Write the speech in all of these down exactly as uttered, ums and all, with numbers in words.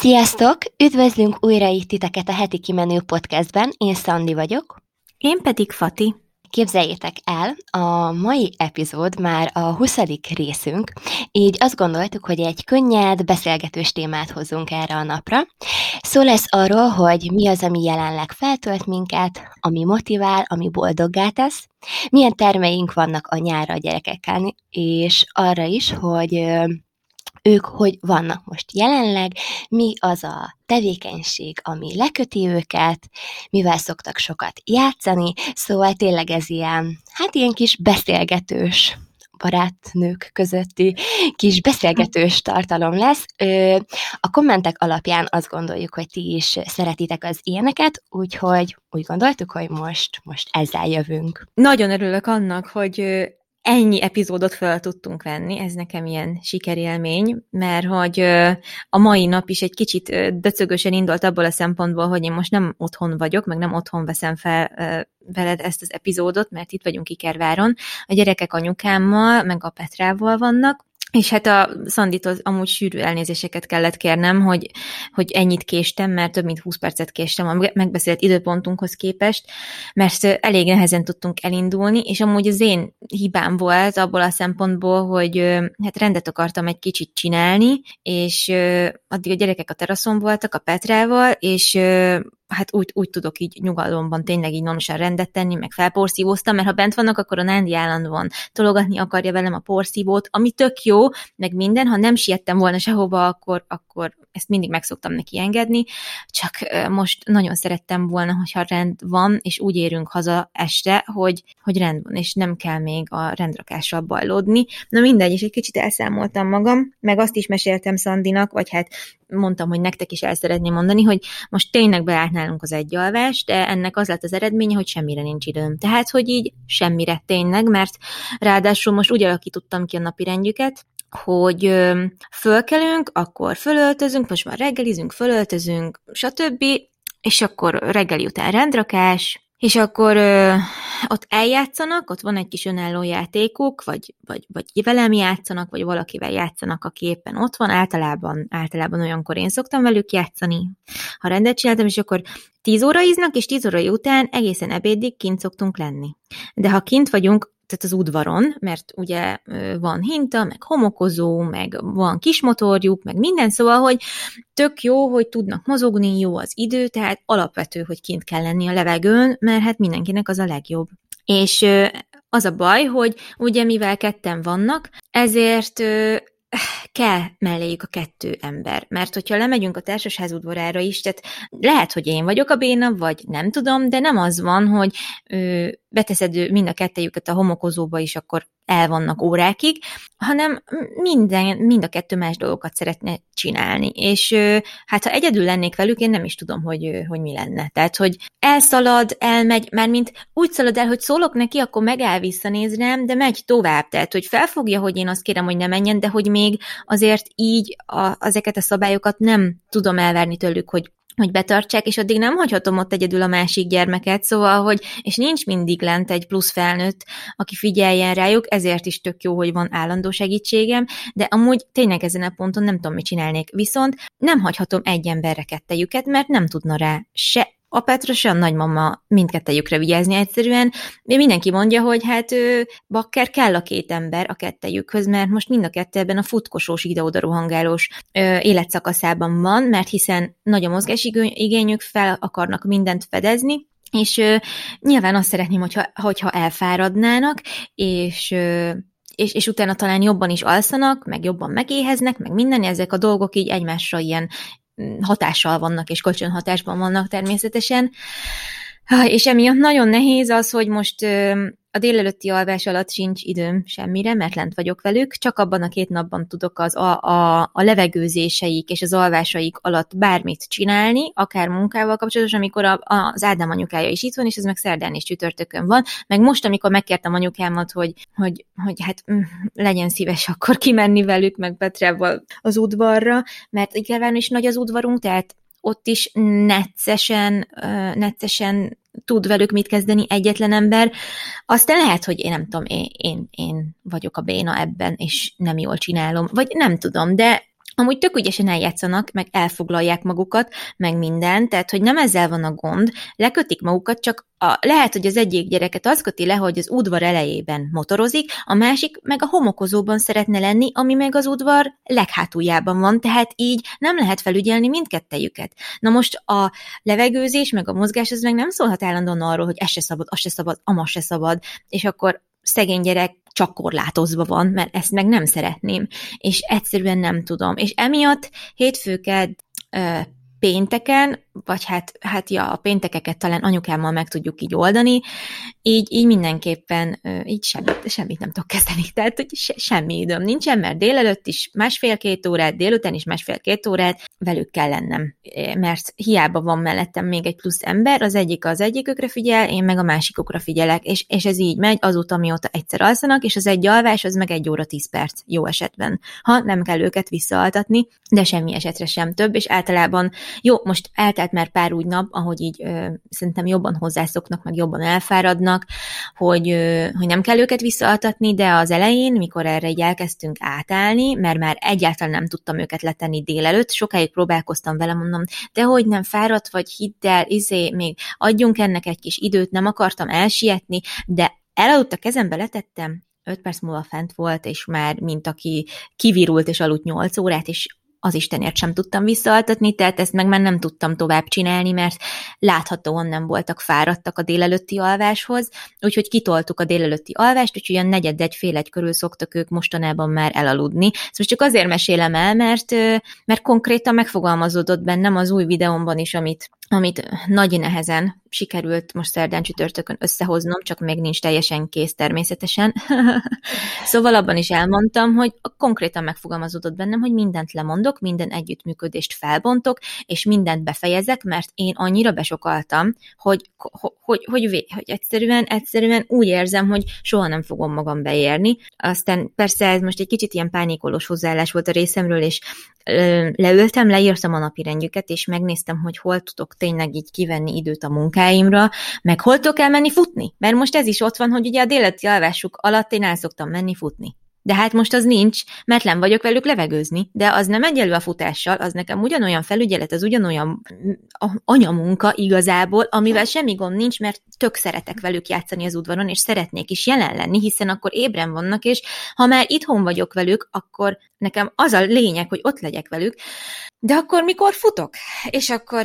Sziasztok! Üdvözlünk újra itt titeket a Heti Kimenő podcastben. Én Szandi vagyok. Én pedig Fati. Képzeljétek el, a mai epizód már a huszadik részünk, így azt gondoltuk, hogy egy könnyed, beszélgetős témát hozzunk erre a napra. Szó lesz arról, hogy mi az, ami jelenleg feltölt minket, ami motivál, ami boldoggá tesz, milyen termeink vannak a nyárra a gyerekekkel, és arra is, hogy ők hogy vannak most jelenleg, mi az a tevékenység, ami leköti őket, mivel szoktak sokat játszani, szóval tényleg ez ilyen, hát ilyen kis beszélgetős barátnők közötti kis beszélgetős tartalom lesz. A kommentek alapján azt gondoljuk, hogy ti is szeretitek az ilyeneket, úgyhogy úgy gondoltuk, hogy most, most ezzel jövünk. Nagyon örülök annak, hogy ennyi epizódot fel tudtunk venni, ez nekem ilyen sikerélmény, mert hogy a mai nap is egy kicsit döcögösen indult abból a szempontból, hogy én most nem otthon vagyok, meg nem otthon veszem fel veled ezt az epizódot, mert itt vagyunk Ikerváron. A gyerekek anyukámmal, meg a Petrával vannak, és hát a Szanditól amúgy sűrű elnézéseket kellett kérnem, hogy, hogy ennyit késtem, mert több mint húsz percet késtem a megbeszélt időpontunkhoz képest, mert elég nehezen tudtunk elindulni, és amúgy az én hibám volt abból a szempontból, hogy hát rendet akartam egy kicsit csinálni, és addig a gyerekek a teraszon voltak a Petrával, és hát úgy, úgy tudok így nyugalomban tényleg így normálisan rendet tenni, meg felporszívóztam, mert ha bent vannak, akkor a Nándi állandóan tologatni akarja velem a porszívót, ami tök jó, meg minden, ha nem siettem volna sehova, akkor, akkor ezt mindig meg szoktam neki engedni, csak most nagyon szerettem volna, hogyha rend van, és úgy érünk haza este, hogy, hogy rend van, és nem kell még a rendrakással bajlódni. Na mindegy, és egy kicsit elszámoltam magam, meg azt is meséltem Szandinak, vagy hát mondtam, hogy nektek is el szeretném mondani, hogy most tényleg beállt nálunk az egyalvás, de ennek az lett az eredménye, hogy semmire nincs időm. Tehát, hogy így semmire tényleg, mert ráadásul most úgy alakítottam ki a napirendjüket, hogy ö, fölkelünk, akkor fölöltözünk, most már reggelizünk, fölöltözünk, stb., és akkor reggeli után rendrakás, és akkor ö, ott eljátszanak, ott van egy kis önálló játékuk, vagy, vagy, vagy velem játszanak, vagy valakivel játszanak, aki éppen ott van, általában, általában olyankor én szoktam velük játszani, ha rendet csináltam, és akkor tíz óraiznak, és tíz óra után egészen ebédig kint szoktunk lenni. De ha kint vagyunk, tehát az udvaron, mert ugye van hinta, meg homokozó, meg van kismotorjuk, meg minden, szóval, hogy tök jó, hogy tudnak mozogni, jó az idő, tehát alapvető, hogy kint kell lenni a levegőn, mert hát mindenkinek az a legjobb. És az a baj, hogy ugye mivel ketten vannak, ezért kell melléjük a kettő ember, mert hogyha lemegyünk a társasház udvarára is, tehát lehet, hogy én vagyok a béna, vagy nem tudom, de nem az van, hogy ö, beteszed mind a kettejüket a homokozóba is, akkor el vannak órákig, hanem minden, mind a kettő más dolgokat szeretne csinálni, és ö, hát ha egyedül lennék velük, én nem is tudom, hogy, ö, hogy mi lenne. Tehát, hogy elszalad, elmegy, mármint úgy szalad el, hogy szólok neki, akkor megáll visszanéz rám, de megy tovább, tehát, hogy felfogja, hogy én azt kérem, hogy ne menjen, de hogy még azért így a, ezeket a szabályokat nem tudom elvárni tőlük, hogy hogy betartsák, és addig nem hagyhatom ott egyedül a másik gyermeket, szóval, hogy, és nincs mindig lent egy plusz felnőtt, aki figyeljen rájuk, ezért is tök jó, hogy van állandó segítségem, de amúgy tényleg ezen a ponton nem tudom, mit csinálnék. Viszont nem hagyhatom egy emberre kettejüket, mert nem tudna rá se a Petra, se a nagymama mindkettejükre vigyázni egyszerűen. Mindenki mondja, hogy hát ő, bakker kell a két ember a kettejükhöz, mert most mind a kettő ebben a futkosós, ide-oda rohangálós ö, életszakaszában van, mert hiszen nagy a mozgásigényük, fel akarnak mindent fedezni, és ö, nyilván azt szeretném, hogyha, hogyha elfáradnának, és... Ö, És, és utána talán jobban is alszanak, meg jobban megéheznek, meg minden, ezek a dolgok így egymásra ilyen hatással vannak, és kölcsönhatásban vannak természetesen. És emiatt nagyon nehéz az, hogy most a délelőtti alvás alatt sincs időm semmire, mert lent vagyok velük, csak abban a két napban tudok az a, a, a levegőzéseik és az alvásaik alatt bármit csinálni, akár munkával kapcsolatos, amikor a, a, az Ádám anyukája is itt van, és ez meg szerdán és csütörtökön van, meg most, amikor megkértem anyukámat, hogy, hogy, hogy hát legyen szíves akkor kimenni velük, meg Petrával az udvarra, mert Ikerváron is nagy az udvarunk, tehát ott is neccesen, neccesen tud velük mit kezdeni egyetlen ember. Aztán lehet, hogy én nem tudom, én, én, én vagyok a béna ebben, és nem jól csinálom, vagy nem tudom, de amúgy tök ügyesen eljátszanak, meg elfoglalják magukat, meg minden, tehát hogy nem ezzel van a gond, lekötik magukat, csak a, lehet, hogy az egyik gyereket az köti le, hogy az udvar elejében motorozik, a másik meg a homokozóban szeretne lenni, ami meg az udvar leghátuljában van, tehát így nem lehet felügyelni mindkettejüket. Na most a levegőzés, meg a mozgás, az meg nem szólhat állandóan arról, hogy ez se szabad, az se szabad, amaz se szabad, és akkor szegény gyerek csak korlátozva van, mert ezt meg nem szeretném, és egyszerűen nem tudom. És emiatt hétfőked pénteken, vagy hát, hát ja, a péntekeket talán anyukámmal meg tudjuk így oldani, így, így mindenképpen így semmit, semmit nem tudok kezdeni. Tehát, hogy se, semmi időm nincsen, mert délelőtt is másfél-két órát, délután is másfél-két órát velük kell lennem. Mert hiába van mellettem még egy plusz ember, az egyik az egyikükre figyel, én meg a másikukra figyelek, és, és ez így megy azóta, mióta egyszer alszanak, és az egy alvás, az meg egy óra tíz perc, jó esetben. Ha nem kell őket visszaaltatni, de semmi esetre sem több, és általában jó, most eltelt már pár úgy nap, ahogy így ö, szerintem jobban hozzászoknak, meg jobban elfáradnak, hogy, ö, hogy nem kell őket visszaaltatni, de az elején, mikor erre így elkezdtünk átállni, mert már egyáltalán nem tudtam őket letenni délelőtt, sokáig próbálkoztam vele, mondom, de hogy nem fáradt vagy, hidd el, izé, még adjunk ennek egy kis időt, nem akartam elsietni, de elaludt a kezembe, letettem, öt perc múlva fent volt, és már mint aki kivirult és aludt nyolc órát, és az Istenért sem tudtam visszaaltatni, tehát ezt meg már nem tudtam tovább csinálni, mert láthatóan nem voltak fáradtak a délelőtti alváshoz, úgyhogy kitoltuk a délelőtti alvást, úgyhogy olyan negyed egy fél egy körül szoktak ők mostanában már elaludni. Ezt most csak azért mesélem el, mert, mert konkrétan megfogalmazódott bennem az új videómban is, amit, amit nagy nehezen sikerült most szerdán csütörtökön összehoznom, csak még nincs teljesen kész természetesen. Szóval abban is elmondtam, hogy konkrétan megfogalmazódott bennem, hogy mindent lemondok, minden együttműködést felbontok, és mindent befejezek, mert én annyira besokaltam, hogy, hogy, hogy, hogy, hogy egyszerűen, egyszerűen úgy érzem, hogy soha nem fogom magam beérni. Aztán persze ez most egy kicsit ilyen pánikolós hozzáállás volt a részemről, és ö, leültem, leírtam a napirendjüket, és megnéztem, hogy hol tudok tényleg így kivenni időt a munkáimra, meg hol tudok elmenni futni. Mert most ez is ott van, hogy ugye a délelőtti alvásuk alatt én el szoktam menni futni. De hát most az nincs, mert nem vagyok velük levegőzni, de az nem egyenlő a futással, az nekem ugyanolyan felügyelet, az ugyanolyan anyamunka igazából, amivel semmi gond nincs, mert tök szeretek velük játszani az udvaron, és szeretnék is jelen lenni, hiszen akkor ébren vannak, és ha már itthon vagyok velük, akkor nekem az a lényeg, hogy ott legyek velük, de akkor mikor futok? És akkor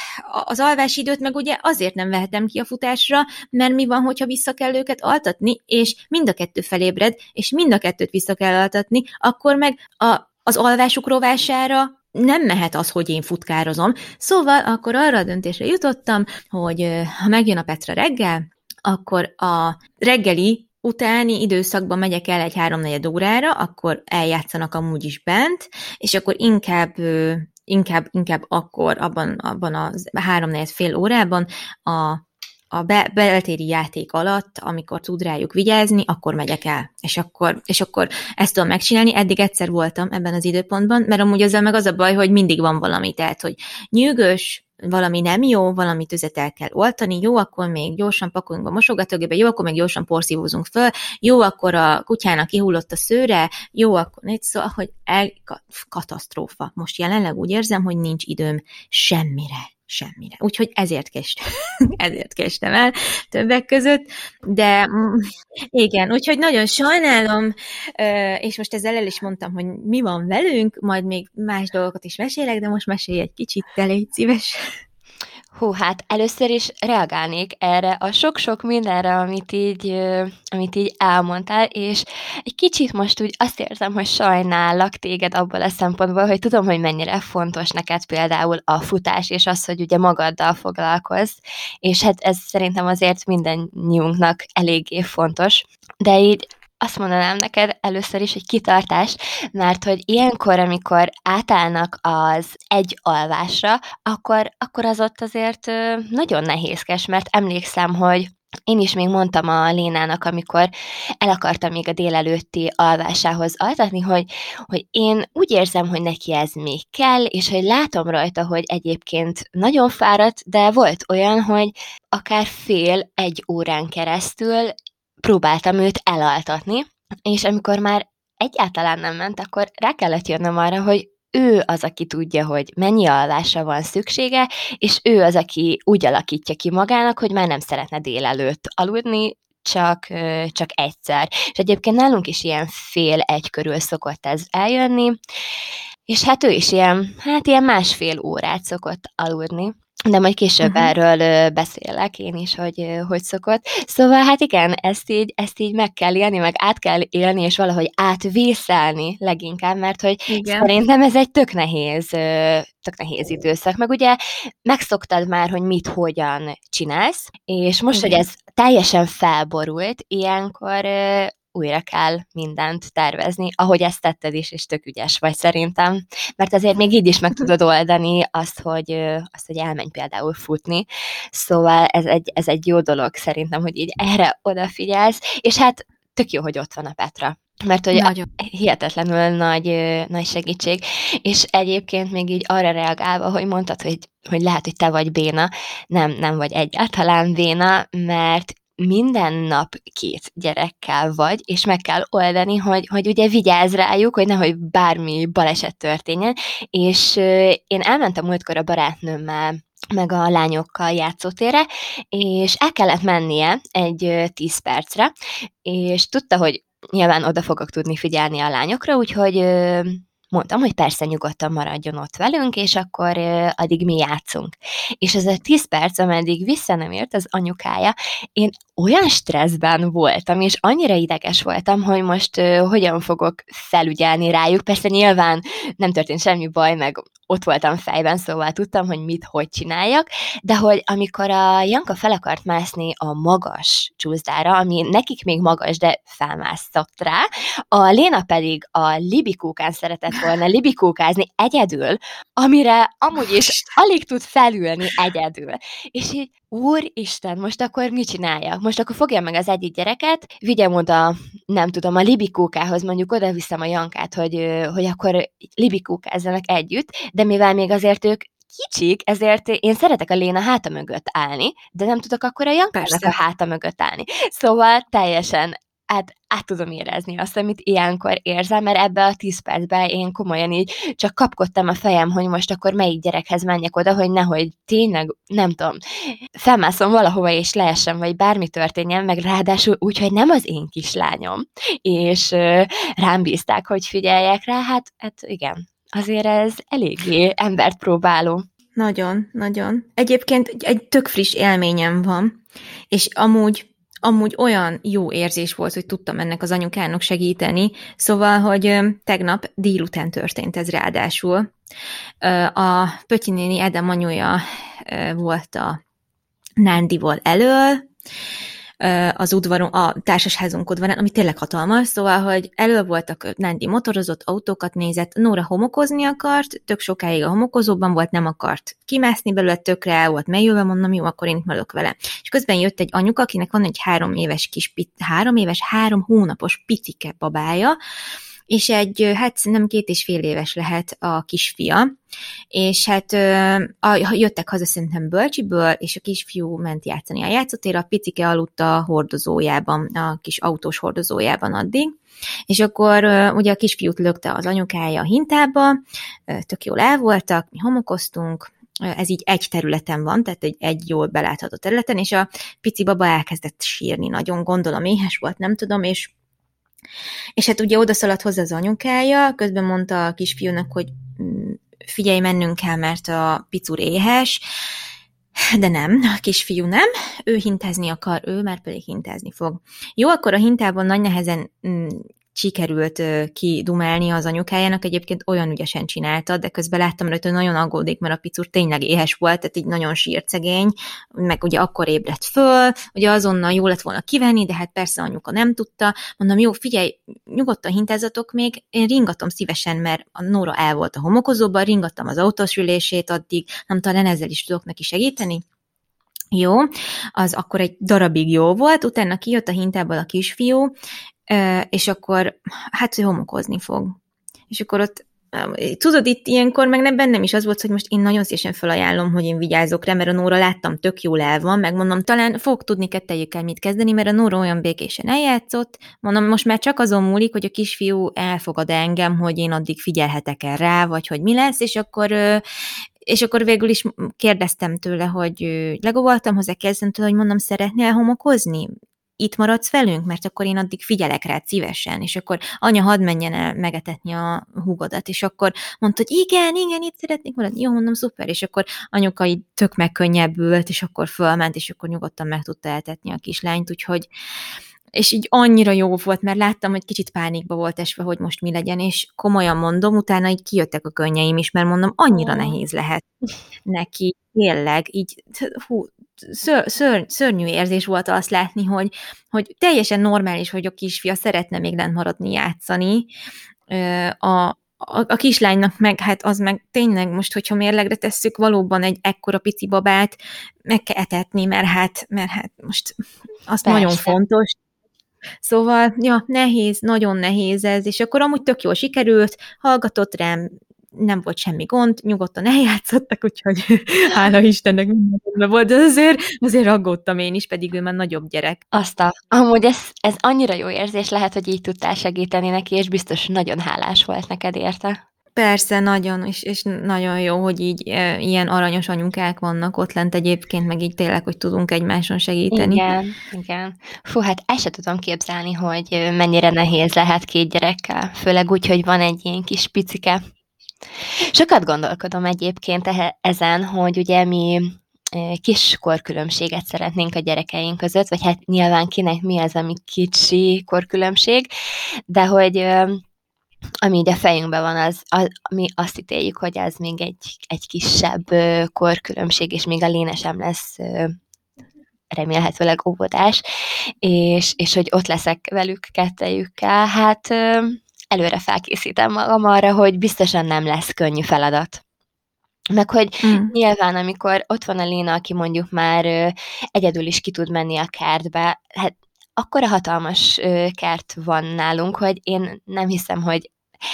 az alvási időt meg ugye azért nem vehetem ki a futásra, mert mi van, hogyha vissza kell őket altatni, és mind a kettő felébred, és mind a kettőt vissza kell altatni, akkor meg a, az alvásuk rovására nem mehet az, hogy én futkározom. Szóval akkor arra a döntésre jutottam, hogy ha megjön a Petra reggel, akkor a reggeli utáni időszakban megyek el egy háromnegyed órára, akkor eljátszanak amúgy is bent, és akkor inkább, inkább, inkább akkor abban, abban a háromnegyed fél órában a a be- beltéri játék alatt, amikor tud rájuk vigyázni, akkor megyek el. És akkor, és akkor ezt tudom megcsinálni. Eddig egyszer voltam ebben az időpontban, mert amúgy ezzel meg az a baj, hogy mindig van valami, tehát, hogy nyűgös, valami nem jó, valami tüzet el kell oltani, jó, akkor még gyorsan pakoljunk be mosogatógébe, jó, akkor még gyorsan porszívózunk föl, jó, akkor a kutyának kihullott a szőre, jó, akkor négy szóval, hogy el, katasztrófa. Most jelenleg úgy érzem, hogy nincs időm semmire. Semmire. Úgyhogy ezért kestem, ezért kestem el többek között, de igen, úgyhogy nagyon sajnálom, és most ezzel el is mondtam, hogy mi van velünk, majd még más dolgokat is mesélek, de most mesélj egy kicsit, te légy szíves. Hú, hát először is reagálnék erre a sok-sok mindenre, amit így, amit így elmondtál, és egy kicsit most úgy azt érzem, hogy sajnállak téged abból a szempontból, hogy tudom, hogy mennyire fontos neked például a futás, és az, hogy ugye magaddal foglalkozz, és hát ez szerintem azért mindannyiunknak eléggé fontos, de így azt mondanám neked először is, hogy kitartás, mert hogy ilyenkor, amikor átállnak az egy alvásra, akkor, akkor az ott azért nagyon nehézkes, mert emlékszem, hogy én is még mondtam a Lénának, amikor el akartam még a délelőtti alvásához altatni, hogy, hogy én úgy érzem, hogy neki ez még kell, és hogy látom rajta, hogy egyébként nagyon fáradt, de volt olyan, hogy akár fél egy órán keresztül próbáltam őt elaltatni, és amikor már egyáltalán nem ment, akkor rá kellett jönnöm arra, hogy ő az, aki tudja, hogy mennyi alvásra van szüksége, és ő az, aki úgy alakítja ki magának, hogy már nem szeretne délelőtt aludni, csak, csak egyszer. És egyébként nálunk is ilyen fél egy körül szokott ez eljönni, és hát ő is ilyen, hát ilyen másfél órát szokott aludni. De majd később uh-huh. erről beszélek én is, hogy hogy szokott. Szóval hát igen, ezt így, ezt így meg kell élni, meg át kell élni, és valahogy átvészelni leginkább, mert hogy igen. Szerintem ez egy tök nehéz, tök nehéz időszak. Meg ugye megszoktad már, hogy mit, hogyan csinálsz, és most, igen. hogy ez teljesen felborult, ilyenkor újra kell mindent tervezni, ahogy ezt tetted is, és tök ügyes vagy szerintem. Mert azért még így is meg tudod oldani azt, hogy, azt, hogy elmenj például futni. Szóval ez egy, ez egy jó dolog szerintem, hogy így erre odafigyelsz, és hát tök jó, hogy ott van a Petra. Mert hogy nagyon. Hihetetlenül nagy, nagy segítség. És egyébként még így arra reagálva, hogy mondtad, hogy, hogy lehet, hogy te vagy béna. Nem, nem vagy egyáltalán béna, mert minden nap két gyerekkel vagy, és meg kell oldani, hogy, hogy ugye vigyázz rájuk, hogy nehogy bármi baleset történjen, és én elmentem múltkor a barátnőmmel meg a lányokkal játszótérre, és el kellett mennie egy tíz percre, és tudta, hogy nyilván oda fogok tudni figyelni a lányokra, úgyhogy mondtam, hogy persze nyugodtan maradjon ott velünk, és akkor uh, addig mi játszunk. És ez a tíz perc, ameddig vissza nem ért az anyukája, én olyan stresszben voltam, és annyira ideges voltam, hogy most uh, hogyan fogok felügyelni rájuk. Persze nyilván nem történt semmi baj, meg ott voltam fejben, szóval tudtam, hogy mit, hogy csináljak, de hogy amikor a Janka fel akart mászni a magas csúszdára, ami nekik még magas, de felmászott rá, a Léna pedig a libikókán szeretett volna libikókázni egyedül, amire amúgy is alig tud felülni egyedül. És így, úristen, most akkor mit csináljak? Most akkor fogja meg az egyik gyereket, vigyem oda, nem tudom, a libikókához, mondjuk oda viszem a Jankát, hogy, hogy akkor libikókázzanak együtt, de mivel még azért ők kicsik, ezért én szeretek a Léna háta mögött állni, de nem tudok akkor a Jankának a háta mögött állni. Szóval teljesen át, át tudom érezni azt, amit ilyenkor érzem, mert ebbe a tíz percben én komolyan így csak kapkodtam a fejem, hogy most akkor melyik gyerekhez menjek oda, hogy nehogy tényleg, nem tudom, felmászom valahova és leessem, vagy bármi történjen, meg ráadásul úgy, hogy nem az én kislányom, és uh, rám bízták, hogy figyeljek rá, hát, hát igen, azért ez eléggé embert próbáló. Nagyon, nagyon. Egyébként egy tök friss élményem van, és amúgy amúgy olyan jó érzés volt, hogy tudtam ennek az anyukának segíteni, szóval, hogy tegnap délután történt ez ráadásul. A Pötyi néni Edem anyuja volt a Nándival elől, az udvaron, a társasházunk udvarán, ami tényleg hatalmas, szóval, hogy elő voltak, Nándi motorozott, autókat nézett, Nóra homokozni akart, tök sokáig a homokozóban volt, nem akart kimászni belőle, tökre el volt melyülve, mondom, jó, akkor én melök vele. És közben jött egy anyuka, akinek van egy három éves kis, három éves, három hónapos picike babája, és egy, hát nem két és fél éves lehet a kisfia, és hát a, jöttek haza szerintem bölcsiből, és a kisfiú ment játszani a játszótérre, a picike aludt a hordozójában, a kis autós hordozójában addig, és akkor ugye a kisfiút lökte az anyukája a hintába, tök jól el voltak, mi homokoztunk, ez így egy területen van, tehát egy, egy jól belátható területen, és a pici baba elkezdett sírni, nagyon gondolom éhes volt, nem tudom, és És hát ugye odaszaladt hozzá az anyukája, közben mondta a kisfiúnak, hogy figyelj, mennünk kell, mert a picur éhes, de nem, a kisfiú nem, ő hintázni akar, ő már pedig hintázni fog. Jó, akkor a hintában nagy nehezen sikerült kidumálni az anyukájának, egyébként olyan ügyesen csinálta, de közben láttam rajta, hogy nagyon aggódik, mert a picur tényleg éhes volt, tehát így nagyon sírt szegény, meg ugye akkor ébredt föl, ugye azonnal jó lett volna kivenni, de hát persze anyuka nem tudta. Mondom, jó, figyelj, nyugodtan hintázatok még, én ringatom szívesen, mert a Nóra el volt a homokozóban, ringattam az autós ülését addig, nem talán ezzel is tudok neki segíteni. Jó, az akkor egy darabig jó volt, utána kijött a hintából a kisfiú, és akkor hát, hogy homokozni fog. És akkor ott tudod, itt ilyenkor meg nem, bennem is az volt, hogy most én nagyon szívesen felajánlom, hogy én vigyázok rá, mert a Nóra láttam, tök jól el van, meg mondom, talán fog tudni kettejükkel mit kezdeni, mert a Nóra olyan békésen eljátszott, mondom, most már csak azon múlik, hogy a kisfiú elfogad engem, hogy én addig figyelhetek el rá, vagy hogy mi lesz, és akkor és akkor végül is kérdeztem tőle, hogy legóvoltam hozzá, kérdeztem tőle, hogy mondom, szeretnél homokozni? Itt maradsz velünk, mert akkor én addig figyelek rád szívesen, és akkor anya, hadd menjen el megetetni a húgodat, és akkor mondta, hogy igen, igen, itt szeretnék maradni, jó, mondom, szuper, és akkor anyuka így tök megkönnyebbült, és akkor fölment, és akkor nyugodtan meg tudta eltetni a kislányt, úgyhogy és így annyira jó volt, mert láttam, hogy kicsit pánikba volt esve, hogy most mi legyen, és komolyan mondom, utána így kijöttek a könnyeim is, mert mondom, annyira oh. nehéz lehet neki, tényleg, így hú, ször, ször, szörnyű érzés volt azt látni, hogy, hogy teljesen normális, hogy a kisfia szeretne még lent maradni játszani, a, a, a kislánynak meg, hát az meg tényleg most, hogyha mérlegre tesszük, valóban egy ekkora pici babát meg kell etetni, mert hát, mert hát most azt Persze. nagyon fontos. Szóval, ja, nehéz, nagyon nehéz ez, és akkor amúgy tök jól sikerült, hallgatott rám, nem volt semmi gond, nyugodtan eljátszottak, úgyhogy hála Istennek minden volt, de azért, azért aggódtam én is, pedig ő már nagyobb gyerek. Azt a, amúgy ez, ez annyira jó érzés lehet, hogy így tudtál segíteni neki, és biztos nagyon hálás volt neked érte. Persze, nagyon, és, és nagyon jó, hogy így e, ilyen aranyos anyukák vannak ott lent egyébként, meg így tényleg, hogy tudunk egymáson segíteni. Igen, igen. Fú, hát el se tudom képzelni, hogy mennyire nehéz lehet két gyerekkel, főleg úgy, hogy van egy ilyen kis picike. Sokat gondolkodom egyébként ezen, hogy ugye mi kis korkülönbséget szeretnénk a gyerekeink között, vagy hát nyilván kinek mi az, ami kicsi korkülönbség, de hogy ami így a fejünkben van, az, az, mi azt ítéljük, hogy az még egy, egy kisebb korkülönbség, és még a Léne sem lesz remélhetőleg óvodás, és, és hogy ott leszek velük kettejükkel, hát előre felkészítem magam arra, hogy biztosan nem lesz könnyű feladat. Meg hogy mm. nyilván, amikor ott van a Léna, aki mondjuk már egyedül is ki tud menni a kertbe, hát akkora hatalmas kert van nálunk, hogy én nem hiszem, hogy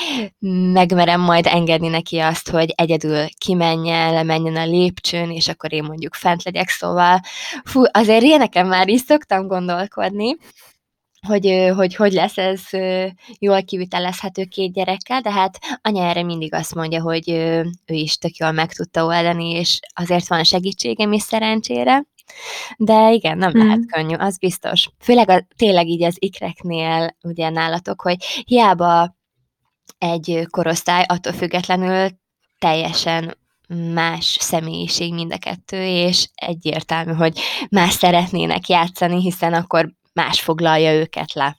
megmerem majd engedni neki azt, hogy egyedül kimenjen, lemenjen a lépcsőn, és akkor én mondjuk fent legyek, szóval fú, azért ilyeneken már is szoktam gondolkodni, hogy, hogy hogy lesz ez jól kivitelezhető két gyerekkel, de hát anya erre mindig azt mondja, hogy ő is tök jól meg tudta oldani, és azért van segítségem is szerencsére, de igen, nem mm. lehet könnyű, az biztos. Főleg a, tényleg így az ikreknél ugye nálatok, hogy hiába egy korosztály, attól függetlenül teljesen más személyiség mind a kettő, és egyértelmű, hogy más szeretnének játszani, hiszen akkor más foglalja őket le.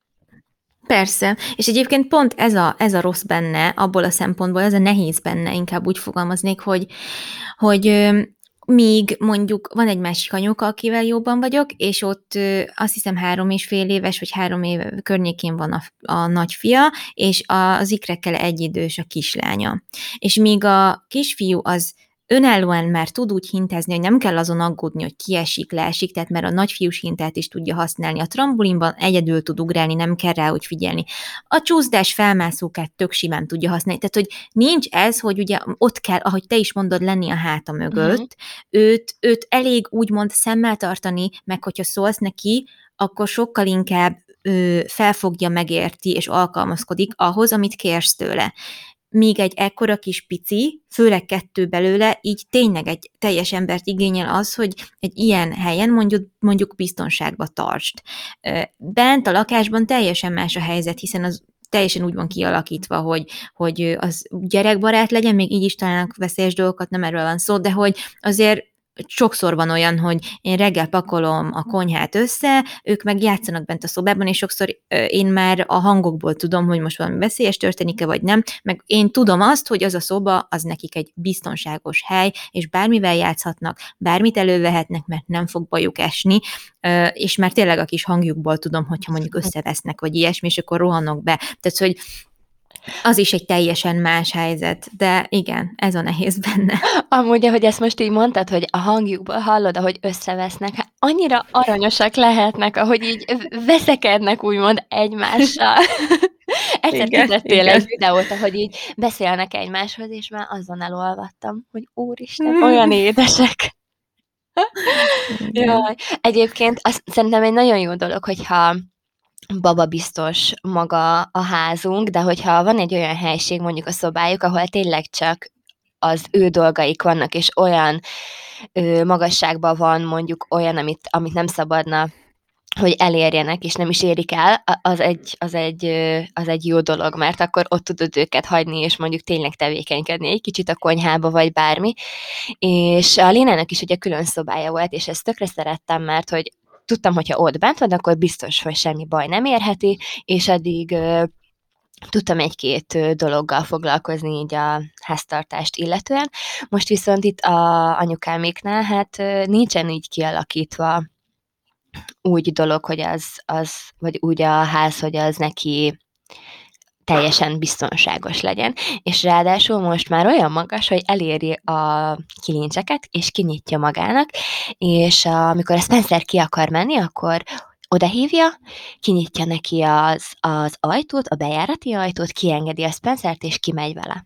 Persze, és egyébként pont ez a, ez a rossz benne, abból a szempontból, ez a nehéz benne, inkább úgy fogalmaznék, hogy, hogy míg mondjuk van egy másik anyuka, akivel jobban vagyok, és ott azt hiszem három és fél éves, vagy három év környékén van a, a nagyfia, és az ikrekkel egyidős a kislánya. És míg a kisfiú az önállóan már tud úgy hintezni, hogy nem kell azon aggódni, hogy kiesik, leesik, tehát mert a nagyfiús hintát is tudja használni. A trambulinban egyedül tud ugrálni, nem kell rá úgy figyelni. A csúszdás felmászókát tök simán tudja használni. Tehát, hogy nincs ez, hogy ugye ott kell, ahogy te is mondod, lenni a háta mögött. Mm-hmm. Őt, őt elég úgymond szemmel tartani, meg hogyha szólsz neki, akkor sokkal inkább ö, felfogja, megérti és alkalmazkodik ahhoz, amit kérsz tőle. Míg egy ekkora kis pici, főleg kettő belőle, így tényleg egy teljes embert igényel az, hogy egy ilyen helyen mondjuk, mondjuk biztonságba tartsd. Bent a lakásban teljesen más a helyzet, hiszen az teljesen úgy van kialakítva, hogy, hogy az gyerekbarát legyen, még így is találnak veszélyes dolgokat, nem erről van szó, de hogy azért sokszor van olyan, hogy én reggel pakolom a konyhát össze, ők meg játszanak bent a szobában, és sokszor én már a hangokból tudom, hogy most valami veszélyes történik-e, vagy nem, meg én tudom azt, hogy az a szoba, az nekik egy biztonságos hely, és bármivel játszhatnak, bármit elővehetnek, mert nem fog bajuk esni, és már tényleg a kis hangjukból tudom, hogyha mondjuk összevesznek, vagy ilyesmi, és akkor rohanok be. Tehát, hogy az is egy teljesen más helyzet, de igen, ez a nehéz benne. Amúgy, ahogy ezt most így mondtad, hogy a hangjukból hallod, ahogy összevesznek, hát annyira aranyosak lehetnek, ahogy így veszekednek úgymond egymással. egyszer Igen, kitettél igen. egy videót, ahogy így beszélnek egymáshoz, és már azon elolvadtam, hogy úristen, olyan édesek. Igen. Jaj. Egyébként azt szerintem egy nagyon jó dolog, hogyha bababiztos maga a házunk, de hogyha van egy olyan helység, mondjuk a szobájuk, ahol tényleg csak az ő dolgaik vannak, és olyan ö, magasságban van mondjuk olyan, amit, amit nem szabadna, hogy elérjenek, és nem is érik el, a- az egy, az egy, ö, az egy jó dolog, mert akkor ott tudod őket hagyni, és mondjuk tényleg tevékenykedni egy kicsit a konyhába, vagy bármi. És a Lénának is ugye külön szobája volt, és ezt tökre szerettem, mert hogy tudtam, hogyha ott bent van, akkor biztos, hogy semmi baj nem érheti, és addig ö, tudtam egy-két ö, dologgal foglalkozni így a háztartást illetően. Most viszont itt a anyukáméknál hát ö, nincsen így kialakítva úgy dolog, hogy az, az, vagy úgy a ház, hogy az neki teljesen biztonságos legyen, és ráadásul most már olyan magas, hogy eléri a kilincseket, és kinyitja magának, és a, amikor a Spencer ki akar menni, akkor odahívja, kinyitja neki az, az ajtót, a bejárati ajtót, kiengedi a Spencert, és kimegy vele.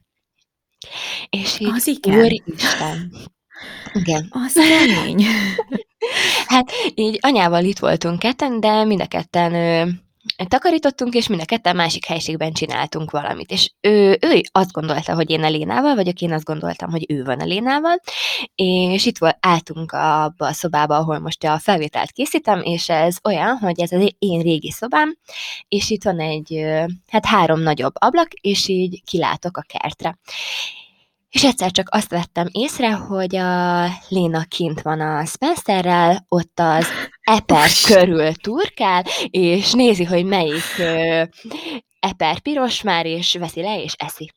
És így, Az igen. úristen. Igen. Az kemény. Hát így anyával itt voltunk ketten, de mind a ketten ö, takarítottunk, és mind a ketten másik helységben csináltunk valamit. És ő, ő azt gondolta, hogy én a Lénával vagyok, én azt gondoltam, hogy ő van a Lénával, és itt volt, álltunk abba a szobába, ahol most a felvételt készítem, és ez olyan, hogy ez az én régi szobám, és itt van egy, ö, hát három nagyobb ablak, és így kilátok a kertre. És egyszer csak azt vettem észre, hogy a Léna kint van a Spencerrel, ott az eper körül turkál, és nézi, hogy melyik ö, eper piros már, és veszi le, és eszi.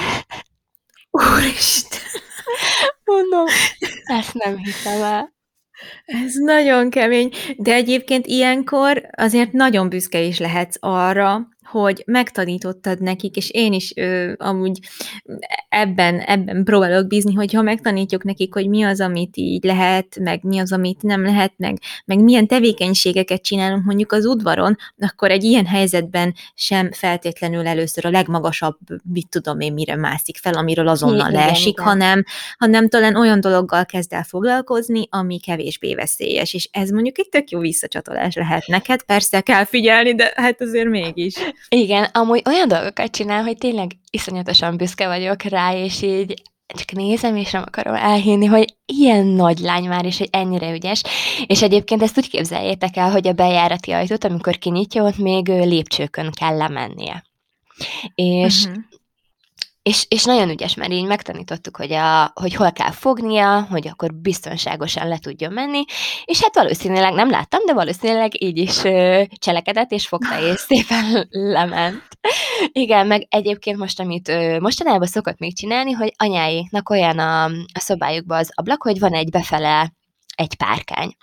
Úristen! Mondom, ezt nem hiszem el. Ez nagyon kemény, de egyébként ilyenkor azért nagyon büszke is lehetsz arra, hogy megtanítottad nekik, és én is ö, amúgy ebben, ebben próbálok bízni, hogy ha megtanítjuk nekik, hogy mi az, amit így lehet, meg mi az, amit nem lehet, meg, meg milyen tevékenységeket csinálunk mondjuk az udvaron, akkor egy ilyen helyzetben sem feltétlenül először a legmagasabb, mit tudom én, mire mászik fel, amiről azonnal Igen, leesik, igen. hanem, hanem talán olyan dologgal kezd el foglalkozni, ami kevésbé veszélyes, és ez mondjuk egy tök jó visszacsatolás lehet neked, persze kell figyelni, de hát azért mégis. Igen, amúgy olyan dolgokat csinál, hogy tényleg iszonyatosan büszke vagyok rá, és így csak nézem, és nem akarom elhinni, hogy ilyen nagy lány már, és hogy ennyire ügyes. És egyébként ezt úgy képzeljétek el, hogy a bejárati ajtót, amikor kinyitja, ott még ö, lépcsőkön kell lemennie. És Uh-huh. És, és nagyon ügyes, mert így megtanítottuk, hogy, a, hogy hol kell fognia, hogy akkor biztonságosan le tudjon menni, és hát valószínűleg nem láttam, de valószínűleg így is ö, cselekedett, és fogta, és szépen lement. Igen, meg egyébként most, amit ö, mostanában szokott még csinálni, hogy anyáiknak olyan a, a szobájukban az ablak, hogy van egy befele egy párkány,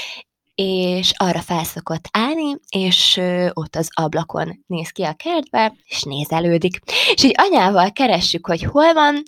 és arra felszokott állni, és ö, ott az ablakon néz ki a kertbe, és nézelődik. És így anyával keressük, hogy hol van,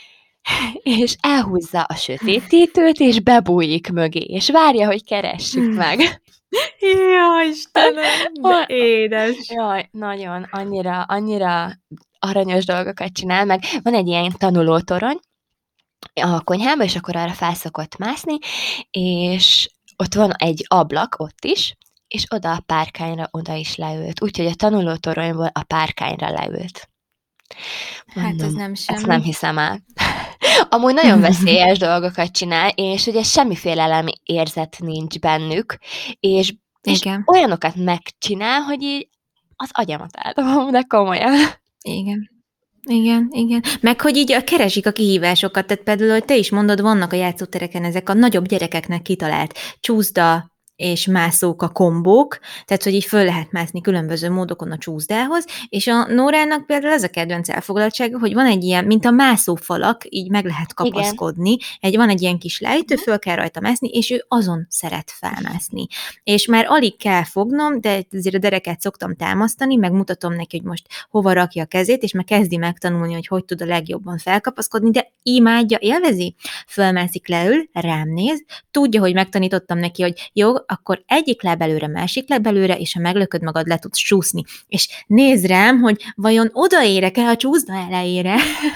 és elhúzza a sötétítőt, és bebújik mögé, és várja, hogy keressük meg. Jaj, Istenem, de édes. Jaj, nagyon, annyira, annyira aranyos dolgokat csinál, meg van egy ilyen tanulótorony a konyhában, és akkor arra felszokott mászni, és ott van egy ablak ott is, és oda a párkányra oda is leült. Úgyhogy a tanulótoronyból a párkányra leült. Mondom, Hát ez nem semmi. ezt nem hiszem el. Amúgy nagyon veszélyes dolgokat csinál, és ugye semmiféle elemi érzet nincs bennük, és, és Igen. olyanokat megcsinál, hogy így az agyamat eldobom, de komolyan. Igen. Igen, igen. Meg hogy így keresik a kihívásokat, tehát például, hogy te is mondod, vannak a játszótereken ezek a nagyobb gyerekeknek kitalált csúszda és mászók a kombók, tehát hogy így föl lehet mászni különböző módokon a csúszdához, és a Nórának például az a kedvenc elfoglaltsága, hogy van egy ilyen, mint a mászófalak, így meg lehet kapaszkodni, egy, van egy ilyen kis lejtő, föl kell rajta mászni, és ő azon szeret felmászni. És már alig kell fognom, de azért a dereket szoktam támasztani, meg mutatom neki, hogy most hova rakja a kezét, és már kezdi megtanulni, hogy hogy tud a legjobban felkapaszkodni, de imádja, élvezi, fölmászik, leül, rám néz, tudja, hogy megtanítottam neki, hogy jó, akkor egyik láb előre, másik láb előre, és ha meglököd magad, le tudsz csúszni. És nézd rám, hogy vajon odaérek-e a csúszda elejére,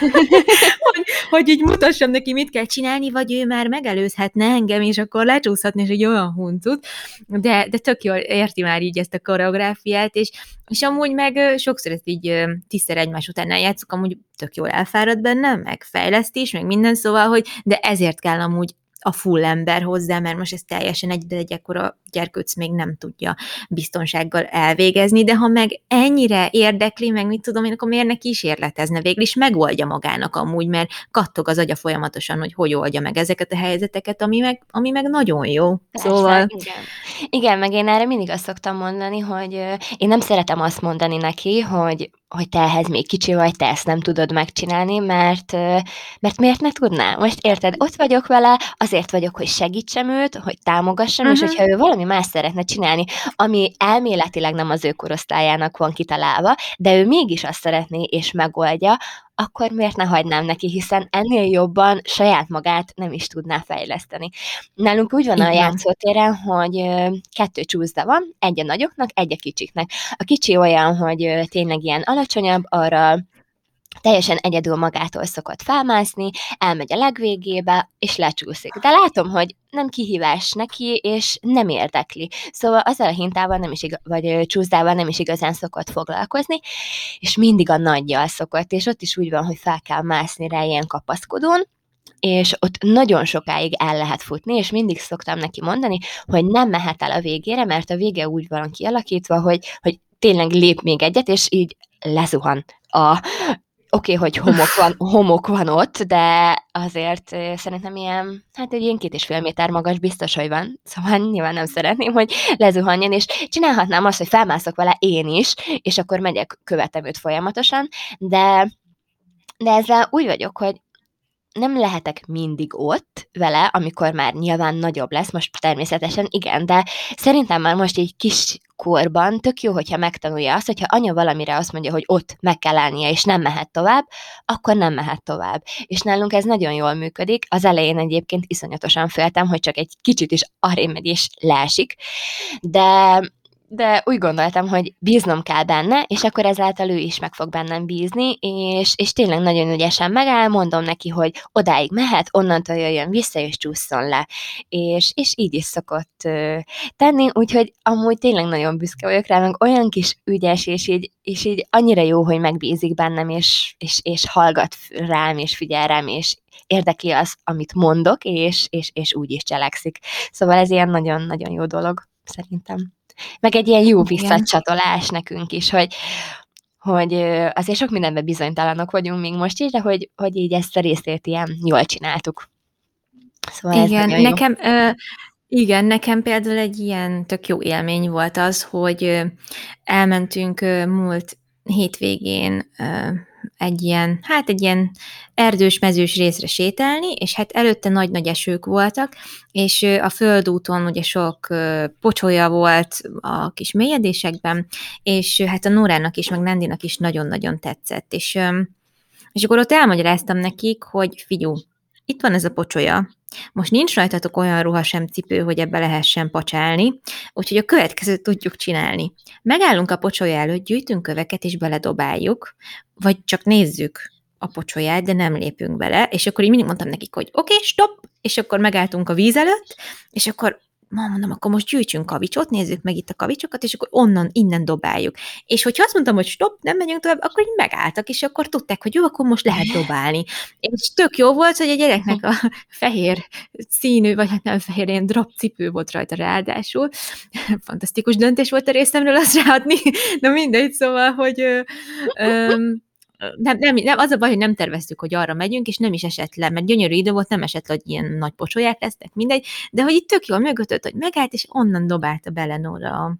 hogy, hogy így mutassam neki, mit kell csinálni, vagy ő már megelőzhetne engem, és akkor lecsúszhatni, és egy olyan huncut, de, de tök jól érti már így ezt a koreográfiát, és, és amúgy meg sokszor ezt így tízszer egymás után eljátszok, amúgy tök jól elfárad benne, meg fejlesztés, meg minden, szóval, hogy de ezért kell amúgy a full ember hozzá, mert most ez teljesen egy, de egy ekkora gyerkőc még nem tudja biztonsággal elvégezni, de ha meg ennyire érdekli, meg mit tudom én, akkor miért ne kísérletezne, végül is megoldja magának amúgy, mert kattog az agya folyamatosan, hogy hogy oldja meg ezeket a helyzeteket, ami meg, ami meg nagyon jó. Persze, Szóval... igen. Igen, meg én erre mindig azt szoktam mondani, hogy én nem szeretem azt mondani neki, hogy, hogy te ehhez még kicsi vagy, te ezt nem tudod megcsinálni, mert, mert miért ne tudná? Most érted, ott vagyok vele, azért vagyok, hogy segítsem őt, hogy támogassam, uh-huh. és hogyha ő valami más szeretne csinálni, ami elméletileg nem az ő korosztályának van kitalálva, de ő mégis azt szeretné és megoldja, akkor miért ne hagynám neki, hiszen ennél jobban saját magát nem is tudná fejleszteni. Nálunk úgy van Igen. a játszótéren, hogy kettő csúszda van, egy a nagyoknak, egy a kicsiknek. A kicsi olyan, hogy tényleg ilyen alacsonyabb, arra teljesen egyedül magától szokott felmászni, elmegy a legvégébe, és lecsúszik. De látom, hogy nem kihívás neki, és nem érdekli. Szóval azzal a hintával nem is igaz, vagy csúszdával nem is igazán szokott foglalkozni, és mindig a nagyjal szokott, és ott is úgy van, hogy fel kell mászni rá ilyen kapaszkodón, és ott nagyon sokáig el lehet futni, és mindig szoktam neki mondani, hogy nem mehet el a végére, mert a vége úgy van kialakítva, hogy, hogy tényleg lép még egyet, és így lezuhan a... Oké, okay, hogy homok van, homok van ott, de azért szerintem ilyen, hát egy ilyen két és fél méter magas biztos, hogy van. Szóval nyilván nem szeretném, hogy lezuhanjon, és csinálhatnám azt, hogy felmászok vele én is, és akkor megyek, követem őt folyamatosan, de, de ezzel úgy vagyok, hogy nem lehetek mindig ott vele, amikor már nyilván nagyobb lesz, most természetesen igen, de szerintem már most így kis korban tök jó, hogyha megtanulja azt, hogyha anya valamire azt mondja, hogy ott meg kell állnia, és nem mehet tovább, akkor nem mehet tovább. És nálunk ez nagyon jól működik. Az elején egyébként iszonyatosan féltem, hogy csak egy kicsit is arrébb megy és leesik, de... de úgy gondoltam, hogy bíznom kell benne, és akkor ezáltal ő is meg fog bennem bízni, és, és tényleg nagyon ügyesen megáll, mondom neki, hogy odáig mehet, onnantól jöjjön vissza, és csúszson le. És, és így is szokott uh, tenni, úgyhogy amúgy tényleg nagyon büszke vagyok rá, meg olyan kis ügyes, és így, és így annyira jó, hogy megbízik bennem, és, és, és hallgat rám, és figyel rám, és érdekli az, amit mondok, és, és, és úgy is cselekszik. Szóval ez ilyen nagyon-nagyon jó dolog, szerintem. Meg egy ilyen jó visszacsatolás nekünk is, hogy, hogy azért sok mindenben bizonytalanok vagyunk még most is, de hogy, hogy így ezt a részét ilyen jól csináltuk. Szóval igen, ez nekem, ö, igen, nekem például egy ilyen tök jó élmény volt az, hogy elmentünk múlt hétvégén egy ilyen, hát egy ilyen erdős, mezős részre sétálni, és hát előtte nagy-nagy esők voltak, és a földúton ugye sok pocsolya volt a kis mélyedésekben, és hát a Nórának is, meg Nandinak is nagyon-nagyon tetszett, és, és akkor ott elmagyaráztam nekik, hogy figyú, itt van ez a pocsolya, most nincs rajtatok olyan ruha sem cipő, hogy ebbe lehessen pacsálni, úgyhogy a következőt tudjuk csinálni. Megállunk a pocsolya előtt, gyűjtünk köveket és beledobáljuk, vagy csak nézzük a pocsolyát, de nem lépünk bele, és akkor így mindig mondtam nekik, hogy oké, okay, stop, és akkor megálltunk a víz előtt, és akkor ma mondom, akkor most gyűjtsünk kavicsot, nézzük meg itt a kavicsokat, és akkor onnan, innen dobáljuk. És hogyha azt mondtam, hogy stop, nem megyünk tovább, akkor így megálltak, és akkor tudták, hogy jó, akkor most lehet dobálni. És tök jó volt, hogy a gyereknek a fehér színű, vagy hát nem fehér, ilyen drap cipő volt rajta ráadásul. Fantasztikus döntés volt a részemről azt ráadni, de mindegy, szóval, hogy... Ö, ö, Nem, nem, nem, az a baj, hogy nem terveztük, hogy arra megyünk, és nem is esett le, mert gyönyörű idő volt, nem esett le, hogy ilyen nagy pocsolyák lesznek, mindegy, de hogy itt tök jól mögötött, hogy megállt, és onnan dobálta bele Nóra a,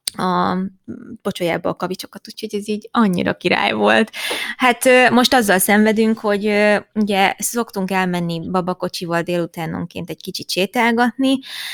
a pocsolyába a kavicsokat, úgyhogy ez így annyira király volt. Hát most azzal szenvedünk, hogy ugye szoktunk elmenni babakocsival délutánonként egy kicsit sétálgatni,